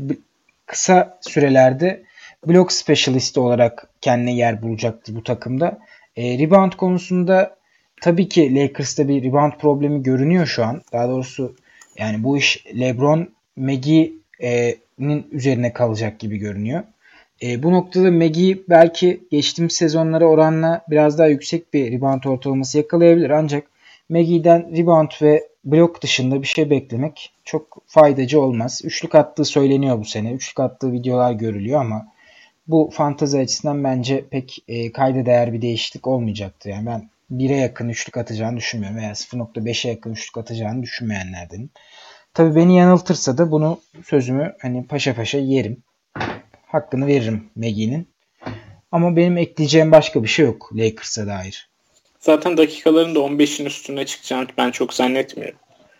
kısa sürelerde blok specialist olarak kendine yer bulacaktır bu takımda. Rebound konusunda tabii ki Lakers'ta bir rebound problemi görünüyor şu an. Daha doğrusu yani bu iş LeBron, McGee'nin üzerine kalacak gibi görünüyor. Bu noktada McGee belki geçtiğimiz sezonlara oranla biraz daha yüksek bir rebound ortalaması yakalayabilir. Ancak McGee'den rebound ve blok dışında bir şey beklemek çok faydacı olmaz. Üçlük attığı söyleniyor bu sene. Üçlük attığı videolar görülüyor ama bu fantezi açısından bence pek kayda değer bir değişiklik olmayacaktır. Yani ben 1'e yakın üçlük atacağını düşünmüyorum veya 0.5'e yakın üçlük atacağını düşünmeyenlerdenim. Tabii beni yanıltırsa da bunu sözümü hani paşa paşa yerim. Hakkını veririm Maggie'nin. Ama benim ekleyeceğim başka bir şey yok Lakers'a dair. Zaten dakikaların da 15'in üstüne çıkacağını ben çok zannetmiyorum.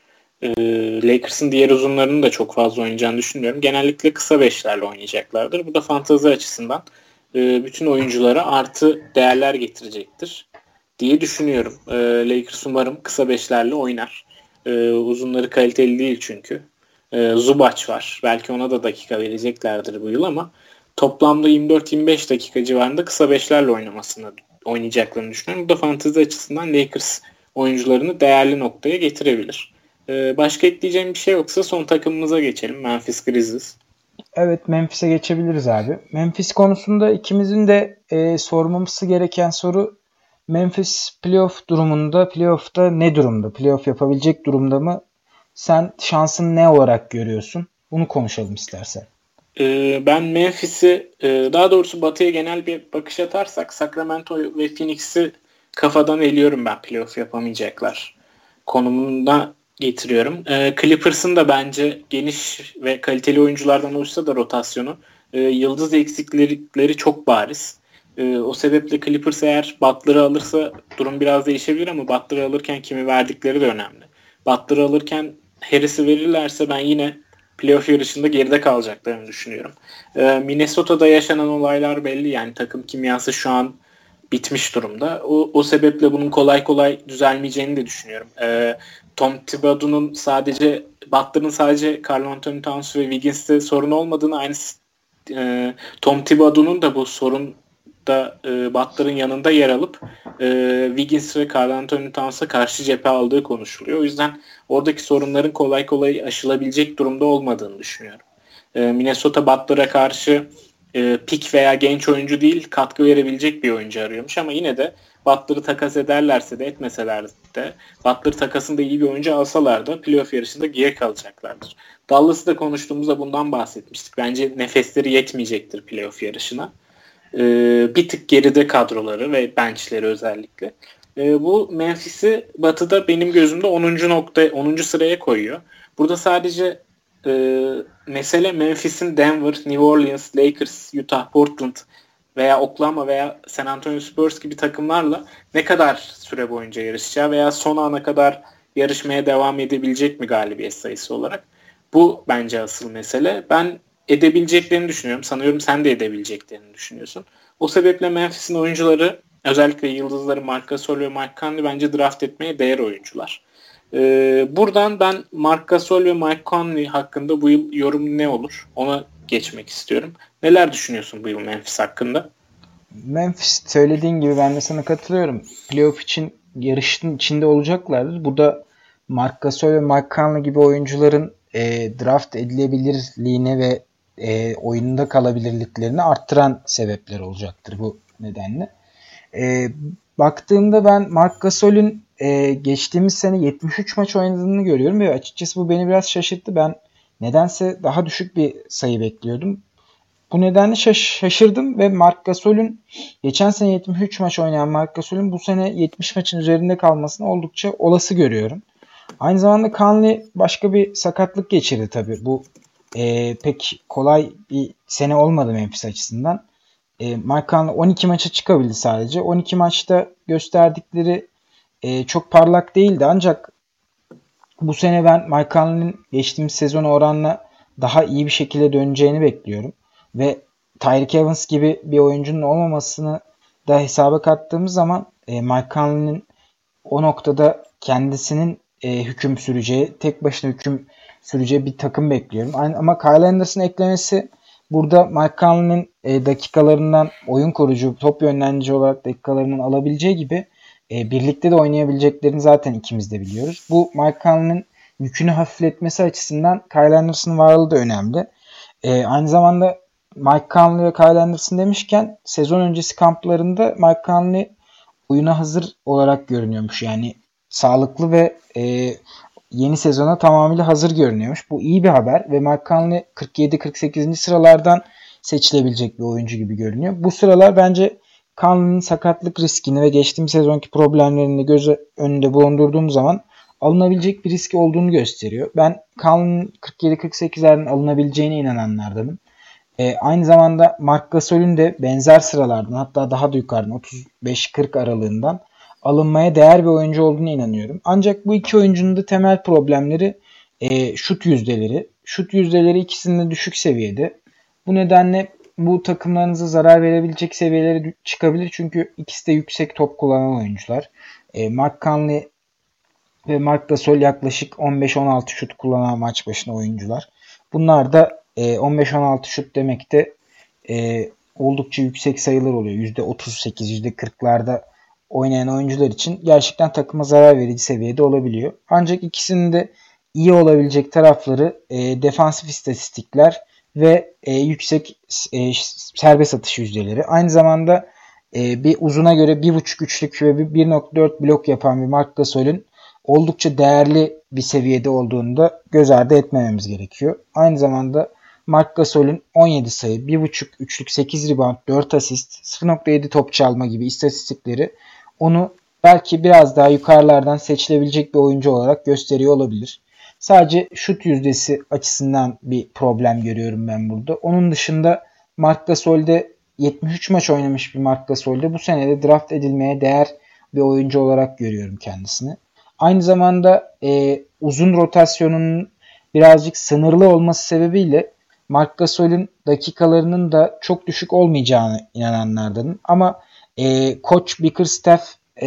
Lakers'ın diğer uzunlarının da çok fazla oynayacağını düşünmüyorum. Genellikle kısa beşlerle oynayacaklardır. Bu da fantezi açısından bütün oyunculara artı değerler getirecektir diye düşünüyorum. Lakers umarım kısa beşlerle oynar. Uzunları kaliteli değil çünkü. Zubac var. Belki ona da dakika vereceklerdir bu yıl ama toplamda 24-25 dakika civarında kısa beşlerle oynayacaklarını düşünüyorum. Bu da fantezi açısından Lakers oyuncularını değerli noktaya getirebilir. Başka ekleyeceğim bir şey yoksa son takımımıza geçelim. Memphis Grizzlies. Evet, Memphis'e geçebiliriz abi. Memphis konusunda ikimizin de sormamız gereken soru Memphis playoff'ta ne durumda? Playoff yapabilecek durumda mı? Sen şansını ne olarak görüyorsun? Bunu konuşalım istersen. Ben Memphis'i daha doğrusu Batı'ya genel bir bakış atarsak Sacramento ve Phoenix'i kafadan eliyorum ben playoff yapamayacaklar konumunda getiriyorum. Clippers'ın da bence geniş ve kaliteli oyunculardan oluşsa da rotasyonu yıldız eksiklikleri çok bariz. O sebeple Clippers eğer Butler'ı alırsa durum biraz değişebilir ama Butler'ı alırken kimi verdikleri de önemli. Butler'ı alırken Harris'i verirlerse ben yine playoff yarışında geride kalacaklarını düşünüyorum. Minnesota'da yaşanan olaylar belli. Yani takım kimyası şu an bitmiş durumda. O sebeple bunun kolay kolay düzelmeyeceğini de düşünüyorum. Tom Thibodeau'nun Butler'ın sadece Karl Anthony Towns ve Wiggins'te sorun olmadığını Tom Thibodeau'nun da bu sorun da Butler'ın yanında yer alıp Wiggins ve Karl Anthony Towns'a karşı cephe aldığı konuşuluyor. O yüzden oradaki sorunların kolay kolay aşılabilecek durumda olmadığını düşünüyorum. Minnesota Butler'a karşı pik veya genç oyuncu değil katkı verebilecek bir oyuncu arıyormuş ama yine de Butler'ı takas ederlerse de etmeseler de Butler takasında iyi bir oyuncu alsalar da playoff yarışında geri kalacaklardır. Dallas'ı da konuştuğumuzda bundan bahsetmiştik. Bence nefesleri yetmeyecektir playoff yarışına. Bir tık geride kadroları ve benchleri özellikle. Bu Memphis'i Batı'da benim gözümde 10. sıraya koyuyor. Burada sadece mesele Memphis'in Denver, New Orleans, Lakers, Utah, Portland veya Oklahoma veya San Antonio Spurs gibi takımlarla ne kadar süre boyunca yarışacağı veya son ana kadar yarışmaya devam edebilecek mi galibiyet sayısı olarak. Bu bence asıl mesele. Ben edebileceklerini düşünüyorum. Sanıyorum sen de edebileceklerini düşünüyorsun. O sebeple Memphis'in oyuncuları Özellikle yıldızları Marc Gasol ve Mike Conley bence draft etmeye değer oyuncular. Buradan ben Marc Gasol ve Mike Conley hakkında bu yıl yorum ne olur? Ona geçmek istiyorum. Neler düşünüyorsun bu yıl Memphis hakkında? Memphis söylediğin gibi ben de sana katılıyorum. Playoff için yarışın içinde olacaklardır. Bu da Marc Gasol ve Mike Conley gibi oyuncuların draft edilebilirliğine ve oyunda kalabilirliklerini arttıran sebepler olacaktır bu nedenle. Baktığımda ben Marc Gasol'ün geçtiğimiz sene 73 maç oynadığını görüyorum ve açıkçası bu beni biraz şaşırttı. Ben nedense daha düşük bir sayı bekliyordum. Bu nedenle şaşırdım ve Marc Gasol'ün geçen sene 73 maç oynayan Marc Gasol'ün bu sene 70 maçın üzerinde kalmasını oldukça olası görüyorum. Aynı zamanda Conley başka bir sakatlık geçirdi tabii. Bu pek kolay bir sene olmadı Memphis açısından. Mike Conley 12 maça çıkabildi sadece. 12 maçta gösterdikleri çok parlak değildi ancak bu sene ben Mike Conley'nin geçtiğimiz sezona oranla daha iyi bir şekilde döneceğini bekliyorum. Ve Tyreek Evans gibi bir oyuncunun olmamasını da hesaba kattığımız zaman Mike Conley'nin o noktada kendisinin hüküm süreceği, tek başına hüküm süreceği bir takım bekliyorum. Ama Kyle Anderson'ın eklemesi burada Mike Conley'nin dakikalarından oyun kurucu, top yönlendirici olarak dakikalarından alabileceği gibi birlikte de oynayabileceklerini zaten ikimiz de biliyoruz. Bu Mike Conley'nin yükünü hafifletmesi açısından Kyle Anderson'ın varlığı da önemli. Aynı zamanda Mike Conley ve Kyle Anderson demişken sezon öncesi kamplarında Mike Conley oyuna hazır olarak görünüyormuş. Yani sağlıklı ve yeni sezona tamamıyla hazır görünüyormuş. Bu iyi bir haber ve Mike Conley 47-48. sıralardan seçilebilecek bir oyuncu gibi görünüyor. Bu sıralar bence Conley'nin sakatlık riskini ve geçtiğimiz sezonki problemlerini göz önünde bulundurduğum zaman alınabilecek bir riski olduğunu gösteriyor. Ben Conley'nin 47-48'lerden alınabileceğine inananlardanım. Aynı zamanda Marc Gasol'ün de benzer sıralardan hatta daha da yukarıdan 35-40 aralığından alınmaya değer bir oyuncu olduğuna inanıyorum. Ancak bu iki oyuncunun da temel problemleri şut yüzdeleri. Şut yüzdeleri ikisinin de düşük seviyede. Bu nedenle bu takımlarınıza zarar verebilecek seviyelere çıkabilir. Çünkü ikisi de yüksek top kullanan oyuncular. Mark Conley ve Marc Gasol yaklaşık 15-16 şut kullanan maç başına oyuncular. Bunlar da 15-16 şut demek de oldukça yüksek sayılar oluyor. %38, %40'larda oynayan oyuncular için gerçekten takıma zarar verici seviyede olabiliyor. Ancak ikisinin de iyi olabilecek tarafları defansif istatistikler ve yüksek serbest atış yüzdeleri. Aynı zamanda bir uzuna göre 1.5 üçlük ve 1.4 blok yapan bir Marc Gasol'ün oldukça değerli bir seviyede olduğunu da göz ardı etmememiz gerekiyor. Aynı zamanda Marc Gasol'ün 17 sayı, 1.5 üçlük, 8 rebound, 4 asist, 0.7 top çalma gibi istatistikleri onu belki biraz daha yukarılardan seçilebilecek bir oyuncu olarak gösteriyor olabilir. Sadece şut yüzdesi açısından bir problem görüyorum ben burada. Onun dışında Marc Gasol'de 73 maç oynamış bir Marc Gasol'de bu sene de draft edilmeye değer bir oyuncu olarak görüyorum kendisini. Aynı zamanda uzun rotasyonunun birazcık sınırlı olması sebebiyle Marc Gasol'ün dakikalarının da çok düşük olmayacağını inananlardanım. Ama koç Bickerstaff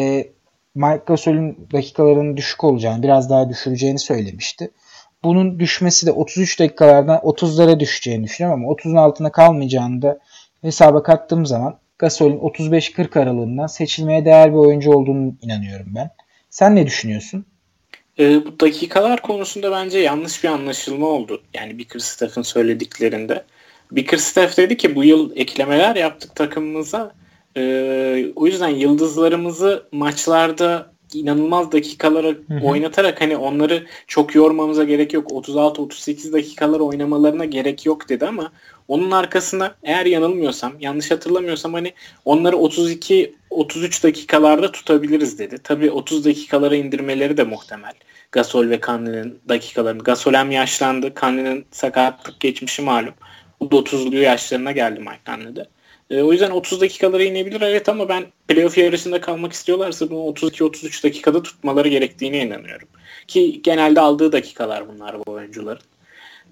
Marc Gasol'ün dakikalarının düşük olacağını, biraz daha düşüreceğini söylemişti. Bunun düşmesi de 33 dakikalardan 30'lara düşeceğini düşünüyorum ama 30'un altına kalmayacağını da hesaba kattığım zaman Gasol'ün 35-40 aralığından seçilmeye değer bir oyuncu olduğunu inanıyorum ben. Sen ne düşünüyorsun? Bu dakikalar konusunda bence yanlış bir anlaşılma oldu. Yani Bickerstaff'ın söylediklerinde. Bickerstaff dedi ki bu yıl eklemeler yaptık takımımıza. O yüzden yıldızlarımızı maçlarda inanılmaz dakikalara oynatarak hani onları çok yormamıza gerek yok. 36-38 dakikalar oynamalarına gerek yok dedi ama onun arkasına eğer yanılmıyorsam, yanlış hatırlamıyorsam hani onları 32-33 dakikalarda tutabiliriz dedi. Tabii 30 dakikalara indirmeleri de muhtemel. Gasol ve Conley'nin dakikalarını. Gasol hem yaşlandı. Conley'nin sakatlık geçmişi malum. Bu da 30'lu yaşlarına geldi Mike Conley'de. O yüzden 30 dakikalara inebilir evet ama ben playoff yarışında kalmak istiyorlarsa bunu 32-33 dakikada tutmaları gerektiğine inanıyorum. Ki genelde aldığı dakikalar bunlar bu oyuncuların.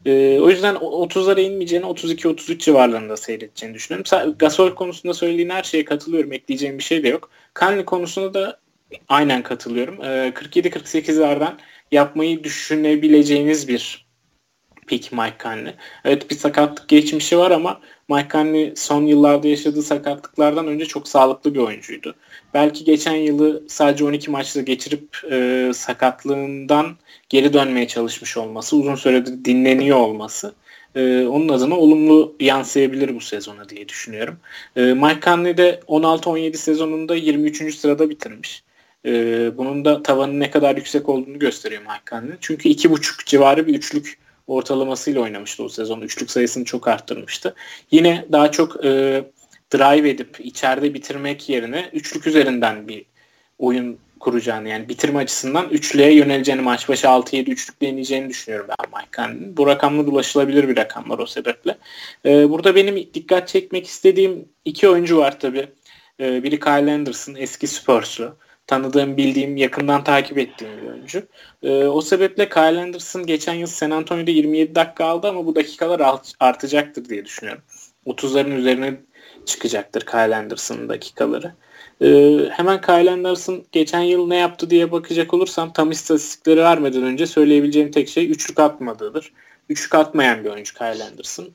O yüzden 30'lara inmeyeceğini 32-33 civarlarında seyredeceğini düşünüyorum. Gasol konusunda söylediğin her şeye katılıyorum. Ekleyeceğim bir şey de yok. Conley konusunda da aynen katılıyorum. 47-48'lerden yapmayı düşünebileceğiniz bir pick Mike Conley. Evet, bir sakatlık geçmişi var ama Mike Conley son yıllarda yaşadığı sakatlıklardan önce çok sağlıklı bir oyuncuydu. Belki geçen yılı sadece 12 maçta geçirip sakatlığından geri dönmeye çalışmış olması, uzun süredir dinleniyor olması onun adına olumlu yansıyabilir bu sezona diye düşünüyorum. Mike Conley de 16-17 sezonunda 23. sırada bitirmiş. Bunun da tavanın ne kadar yüksek olduğunu gösteriyor Mike Conley. Çünkü 2.5 civarı bir üçlük ortalamasıyla oynamıştı o sezon. Üçlük sayısını çok arttırmıştı. Yine daha çok drive edip içeride bitirmek yerine üçlük üzerinden bir oyun kuracağını, yani bitirme açısından üçlüye yöneleceğini, maç başı 6-7 üçlükle ineceğini düşünüyorum ben Mike Conley'nin. Bu rakamlar ulaşılabilir bir rakamlar o sebeple. Burada benim dikkat çekmek istediğim iki oyuncu var tabii. Biri Kyle Anderson, eski Spurs'lu. Tanıdığım, bildiğim, yakından takip ettiğim bir oyuncu. O sebeple Kyle Anderson geçen yıl San Antonio'da 27 dakika aldı ama bu dakikalar artacaktır diye düşünüyorum. 30'ların üzerine çıkacaktır Kyle Anderson'ın dakikaları. Hemen Kyle Anderson geçen yıl ne yaptı diye bakacak olursam, tam istatistikleri vermeden önce söyleyebileceğim tek şey üçlük atmadığıdır. Üçlük atmayan bir oyuncu Kyle Anderson.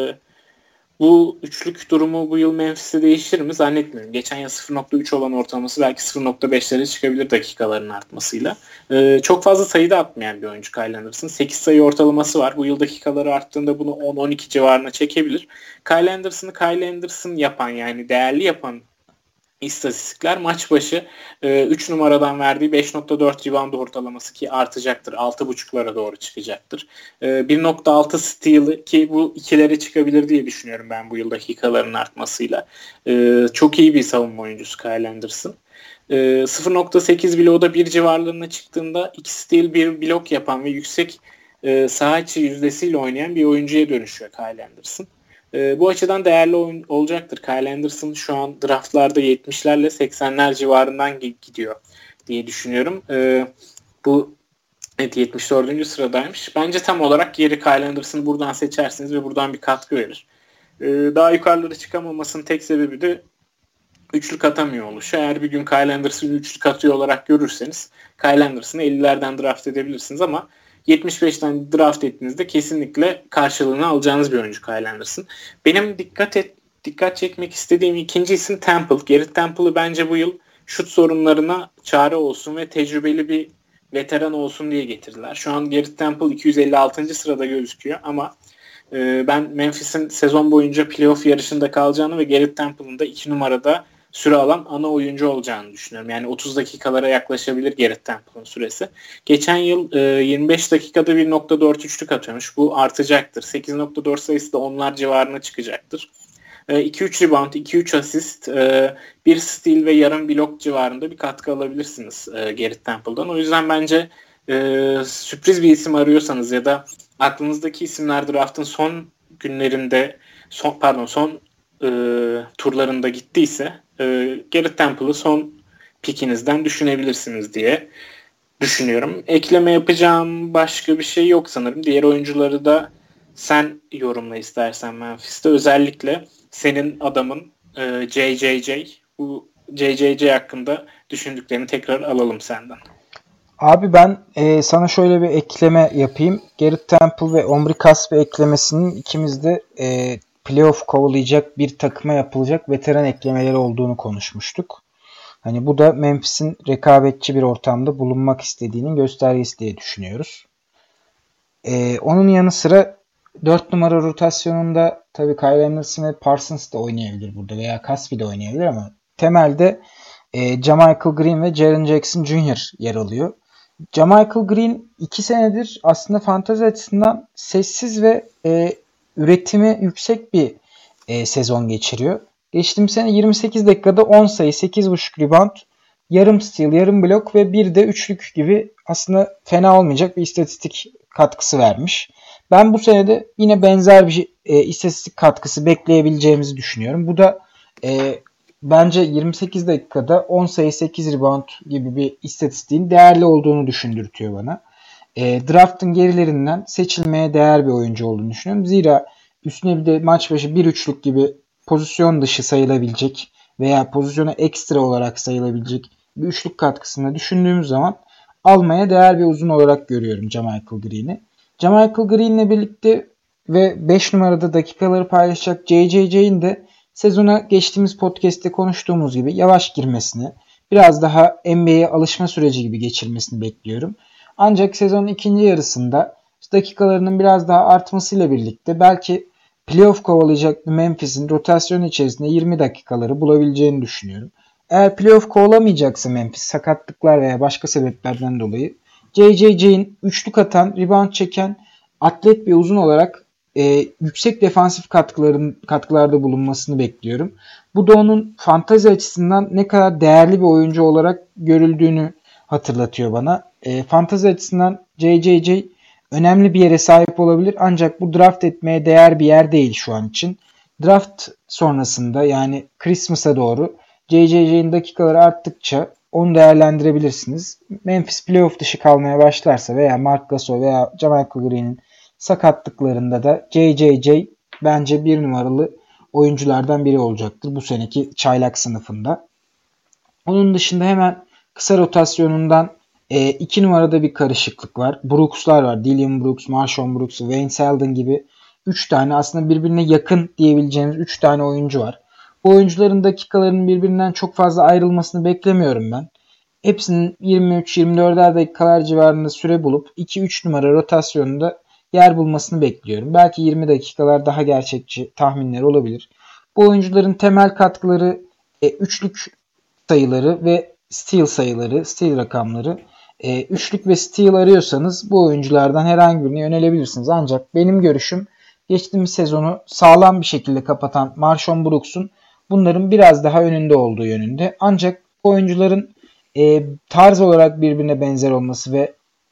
Bu üçlük durumu bu yıl Memphis'te değişir mi zannetmiyorum. Geçen yıl 0.3 olan ortalaması belki 0.5'lere çıkabilir dakikaların artmasıyla. Çok fazla sayıda atmayan bir oyuncu Kyle Anderson. 8 sayı ortalaması var. Bu yıl dakikaları arttığında bunu 10-12 civarına çekebilir. Kyle Anderson'ı Kyle Anderson yapan, yani değerli yapan İstatistikler maç başı 3 numaradan verdiği 5.4 rebound ortalaması, ki artacaktır. 6.5'lara doğru çıkacaktır. 1.6 steal, ki bu ikilere çıkabilir diye düşünüyorum ben bu yıl dakikaların artmasıyla. Çok iyi bir savunma oyuncusu Kyle Anderson. 0.8 bloğda bir civarlarına çıktığında 2 steal, 1 blok yapan ve yüksek saha içi yüzdesiyle oynayan bir oyuncuya dönüşüyor Kyle Anderson. Bu açıdan değerli olacaktır. Kyle Anderson şu an draftlarda 70'lerle 80'ler civarından gidiyor diye düşünüyorum. Bu evet, 74. sıradaymış. Bence tam olarak yeri Kyle Anderson'ı buradan seçersiniz ve buradan bir katkı verir. Daha yukarılara çıkamamasının tek sebebi de üçlük atamıyor oluşu. Eğer bir gün Kyle Anderson'ı üçlük atıyor olarak görürseniz Kyle Anderson'ı 50'lerden draft edebilirsiniz ama 75'ten draft ettiğinizde kesinlikle karşılığını alacağınız bir oyuncu Kyle Anderson. Benim dikkat çekmek istediğim ikinci isim Temple. Garrett Temple'ı bence bu yıl şut sorunlarına çare olsun ve tecrübeli bir veteran olsun diye getirdiler. Şu an Garrett Temple 256. sırada gözüküyor ama ben Memphis'in sezon boyunca playoff yarışında kalacağını ve Garrett Temple'ın da 2 numarada süre alan ana oyuncu olacağını düşünüyorum. Yani 30 dakikalara yaklaşabilir Garrett Temple'ın süresi. Geçen yıl 25 dakikada 1.4 üçlük atıyormuş. Bu artacaktır. 8.4 sayısı da onlar civarına çıkacaktır. 2-3 rebound, 2-3 asist, 1 steal ve yarım blok civarında bir katkı alabilirsiniz Garrett Temple'dan. O yüzden bence sürpriz bir isim arıyorsanız ya da aklınızdaki isimler draftın son günlerinde, son turlarında gittiyse Garrett Temple'ı son pikinizden düşünebilirsiniz diye düşünüyorum. Ekleme yapacağım başka bir şey yok sanırım. Diğer oyuncuları da sen yorumla istersen Memphis'te. Özellikle senin adamın JJJ. Bu JJJ hakkında düşündüklerini tekrar alalım senden. Abi ben sana şöyle bir ekleme yapayım. Garrett Temple ve Omri Caspi eklemesinin ikimiz de playoff kovalayacak bir takıma yapılacak veteran eklemeleri olduğunu konuşmuştuk. Hani bu da Memphis'in rekabetçi bir ortamda bulunmak istediğinin göstergesi diye düşünüyoruz. Onun yanı sıra 4 numara rotasyonunda tabii Kyle Anderson ve Parsons da oynayabilir burada veya Caspi de oynayabilir ama temelde Jamichael Green ve Jaren Jackson Jr. yer alıyor. Jamichael Green 2 senedir aslında fantezi açısından sessiz ve üretimi yüksek bir sezon geçiriyor. Geçtiğimiz sene 28 dakikada 10 sayı, 8.5 rebound, yarım steal, yarım blok ve bir de üçlük gibi aslında fena olmayacak bir istatistik katkısı vermiş. Ben bu sene de yine benzer bir istatistik katkısı bekleyebileceğimizi düşünüyorum. Bu da bence 28 dakikada 10 sayı 8 rebound gibi bir istatistiğin değerli olduğunu düşündürtüyor bana. draft'ın gerilerinden seçilmeye değer bir oyuncu olduğunu düşünüyorum. Zira üstüne bir de maç başı bir üçlük gibi pozisyon dışı sayılabilecek veya pozisyona ekstra olarak sayılabilecek bir üçlük katkısını düşündüğümüz zaman almaya değer bir uzun olarak görüyorum JaMychal Green'i. JaMychal Green'le birlikte ve 5 numarada dakikaları paylaşacak JJJ'in de sezona geçtiğimiz podcast'te konuştuğumuz gibi yavaş girmesini, biraz daha NBA'ye alışma süreci gibi geçirmesini bekliyorum. Ancak sezonun ikinci yarısında dakikalarının biraz daha artmasıyla birlikte belki playoff kovalayacak bir Memphis'in rotasyon içerisinde 20 dakikaları bulabileceğini düşünüyorum. Eğer playoff kovalamayacaksa Memphis sakatlıklar veya başka sebeplerden dolayı JJJ'in üçlük atan, rebound çeken atlet bir uzun olarak yüksek defansif katkılarda bulunmasını bekliyorum. Bu da onun fantazi açısından ne kadar değerli bir oyuncu olarak görüldüğünü hatırlatıyor bana. Fantazi açısından JJJ önemli bir yere sahip olabilir ancak bu draft etmeye değer bir yer değil şu an için. Draft sonrasında yani Christmas'a doğru JJJ'in dakikaları arttıkça onu değerlendirebilirsiniz. Memphis playoff dışı kalmaya başlarsa veya Marc Gasol veya JaMychal Green'in sakatlıklarında da JJJ bence bir numaralı oyunculardan biri olacaktır bu seneki çaylak sınıfında. Onun dışında hemen kısa rotasyonundan 2 numarada bir karışıklık var. Brooks'lar var. Dillon Brooks, Marshawn Brooks, Wayne Selden gibi 3 tane aslında birbirine yakın diyebileceğimiz 3 tane oyuncu var. Bu oyuncuların dakikalarının birbirinden çok fazla ayrılmasını beklemiyorum ben. Hepsinin 23-24'er dakikalar civarında süre bulup 2-3 numara rotasyonunda yer bulmasını bekliyorum. Belki 20 dakikalar daha gerçekçi tahminler olabilir. Bu oyuncuların temel katkıları üçlük sayıları ve steal sayıları, steal rakamları. Üçlük ve steal arıyorsanız bu oyunculardan herhangi birine yönelebilirsiniz. Ancak benim görüşüm geçtiğimiz sezonu sağlam bir şekilde kapatan Marshawn Brooks'un bunların biraz daha önünde olduğu yönünde. Ancak bu oyuncuların tarz olarak birbirine benzer olması ve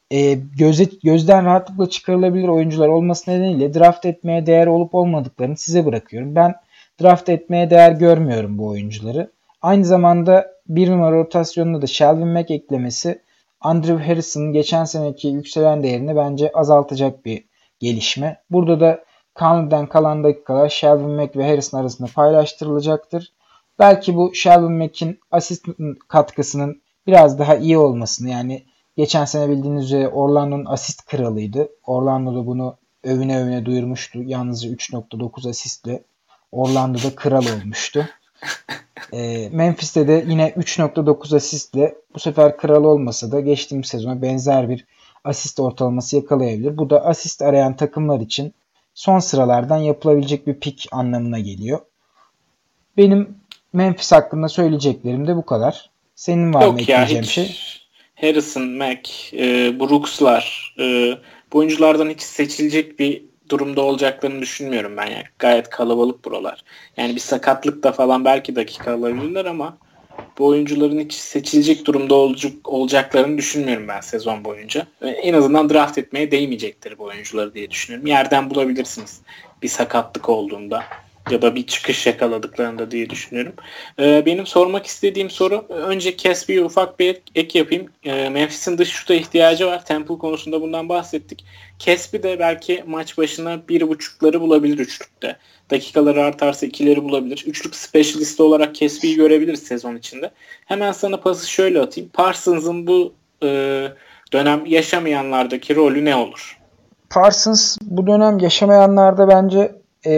gözden rahatlıkla çıkarılabilir oyuncular olması nedeniyle draft etmeye değer olup olmadıklarını size bırakıyorum. Ben draft etmeye değer görmüyorum bu oyuncuları. Aynı zamanda bir numara rotasyonunda da Shelvin Mack eklemesi Andrew Harrison'ın geçen seneki yükselen değerini bence azaltacak bir gelişme. Burada da Conley'den kalan dakikalar Shelvin Mack ve Harrison arasında paylaştırılacaktır. Belki bu Shelvin Mack'in asist katkısının biraz daha iyi olmasını yani geçen sene bildiğiniz üzere Orlando'nun asist kralıydı. Orlando da bunu övüne övüne duyurmuştu. Yalnızca 3.9 asistle Orlando'da kral olmuştu. Memphis'te de yine 3.9 asistle bu sefer kral olmasa da geçtiğimiz sezona benzer bir asist ortalaması yakalayabilir. Bu da asist arayan takımlar için son sıralardan yapılabilecek bir pik anlamına geliyor. Benim Memphis hakkında söyleyeceklerim de bu kadar. Senin var mı ekleyeceğin şey? Harrison, Mack, Brooks'lar bu oyunculardan hiç seçilecek bir durumda olacaklarını düşünmüyorum ben. Yani gayet kalabalık buralar. Yani bir sakatlıkta falan belki dakika alabilirler ama bu oyuncuların hiç seçilecek durumda olacaklarını düşünmüyorum ben sezon boyunca. En azından draft etmeye değmeyecektir bu oyuncuları diye düşünüyorum. Yerden bulabilirsiniz bir sakatlık olduğunda ya da bir çıkış yakaladıklarında diye düşünüyorum. Benim sormak istediğim soru, önce Casby'ye ufak bir ek yapayım. Memphis'in dış şuta ihtiyacı var. Temple konusunda bundan bahsettik. Casby de belki maç başına 1.5'ları bulabilir üçlükte. Dakikaları artarsa 2'leri bulabilir. Üçlük specialist olarak Casby'yi görebiliriz sezon içinde. Hemen sana pası şöyle atayım. Parsons'ın bu dönem yaşamayanlardaki rolü ne olur? Parsons bu dönem yaşamayanlarda bence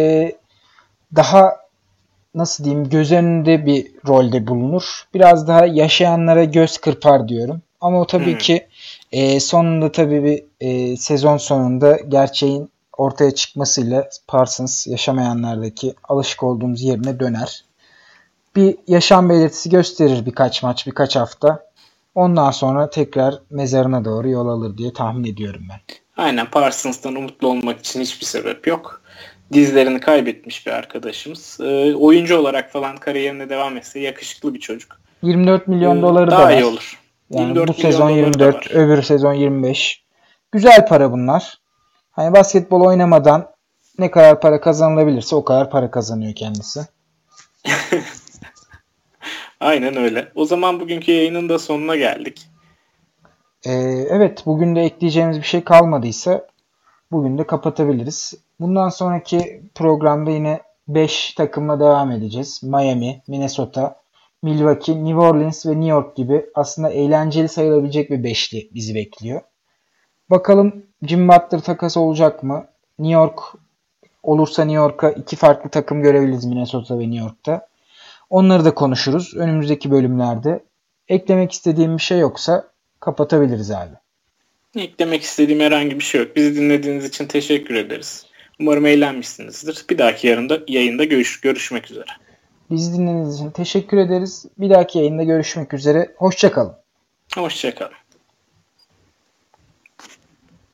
daha nasıl diyeyim göz önünde bir rolde bulunur. Biraz daha yaşayanlara göz kırpar diyorum. Ama o tabii ki sonunda tabii bir sezon sonunda gerçeğin ortaya çıkmasıyla Parsons yaşamayanlardaki alışık olduğumuz yerine döner. Bir yaşam belirtisi gösterir birkaç maç, birkaç hafta. Ondan sonra tekrar mezarına doğru yol alır diye tahmin ediyorum ben. Aynen, Parsons'tan umutlu olmak için hiçbir sebep yok. Dizlerini kaybetmiş bir arkadaşımız. Oyuncu olarak falan kariyerine devam etse yakışıklı bir çocuk. 24 milyon doları daha da var. iyi olur. Yani bu sezon 24, öbür sezon 25. Güzel para bunlar. Hani basketbol oynamadan ne kadar para kazanılabilirse o kadar para kazanıyor kendisi. Aynen öyle. O zaman bugünkü yayının da sonuna geldik. Evet, bugün de ekleyeceğimiz bir şey kalmadıysa bugün de kapatabiliriz. Bundan sonraki programda yine 5 takımla devam edeceğiz. Miami, Minnesota, Milwaukee, New Orleans ve New York gibi aslında eğlenceli sayılabilecek bir beşli bizi bekliyor. Bakalım Jim Butler takası olacak mı? New York olursa New York'a iki farklı takım görebiliriz, Minnesota ve New York'ta. Onları da konuşuruz önümüzdeki bölümlerde. Eklemek istediğim bir şey yoksa kapatabiliriz abi. Eklemek istediğim herhangi bir şey yok. Bizi dinlediğiniz için teşekkür ederiz. Umarım eğlenmişsinizdir. Bir dahaki yayında görüşmek üzere. Bizi dinlediğiniz için teşekkür ederiz. Bir dahaki yayında görüşmek üzere. Hoşça kalın. Hoşça kalın.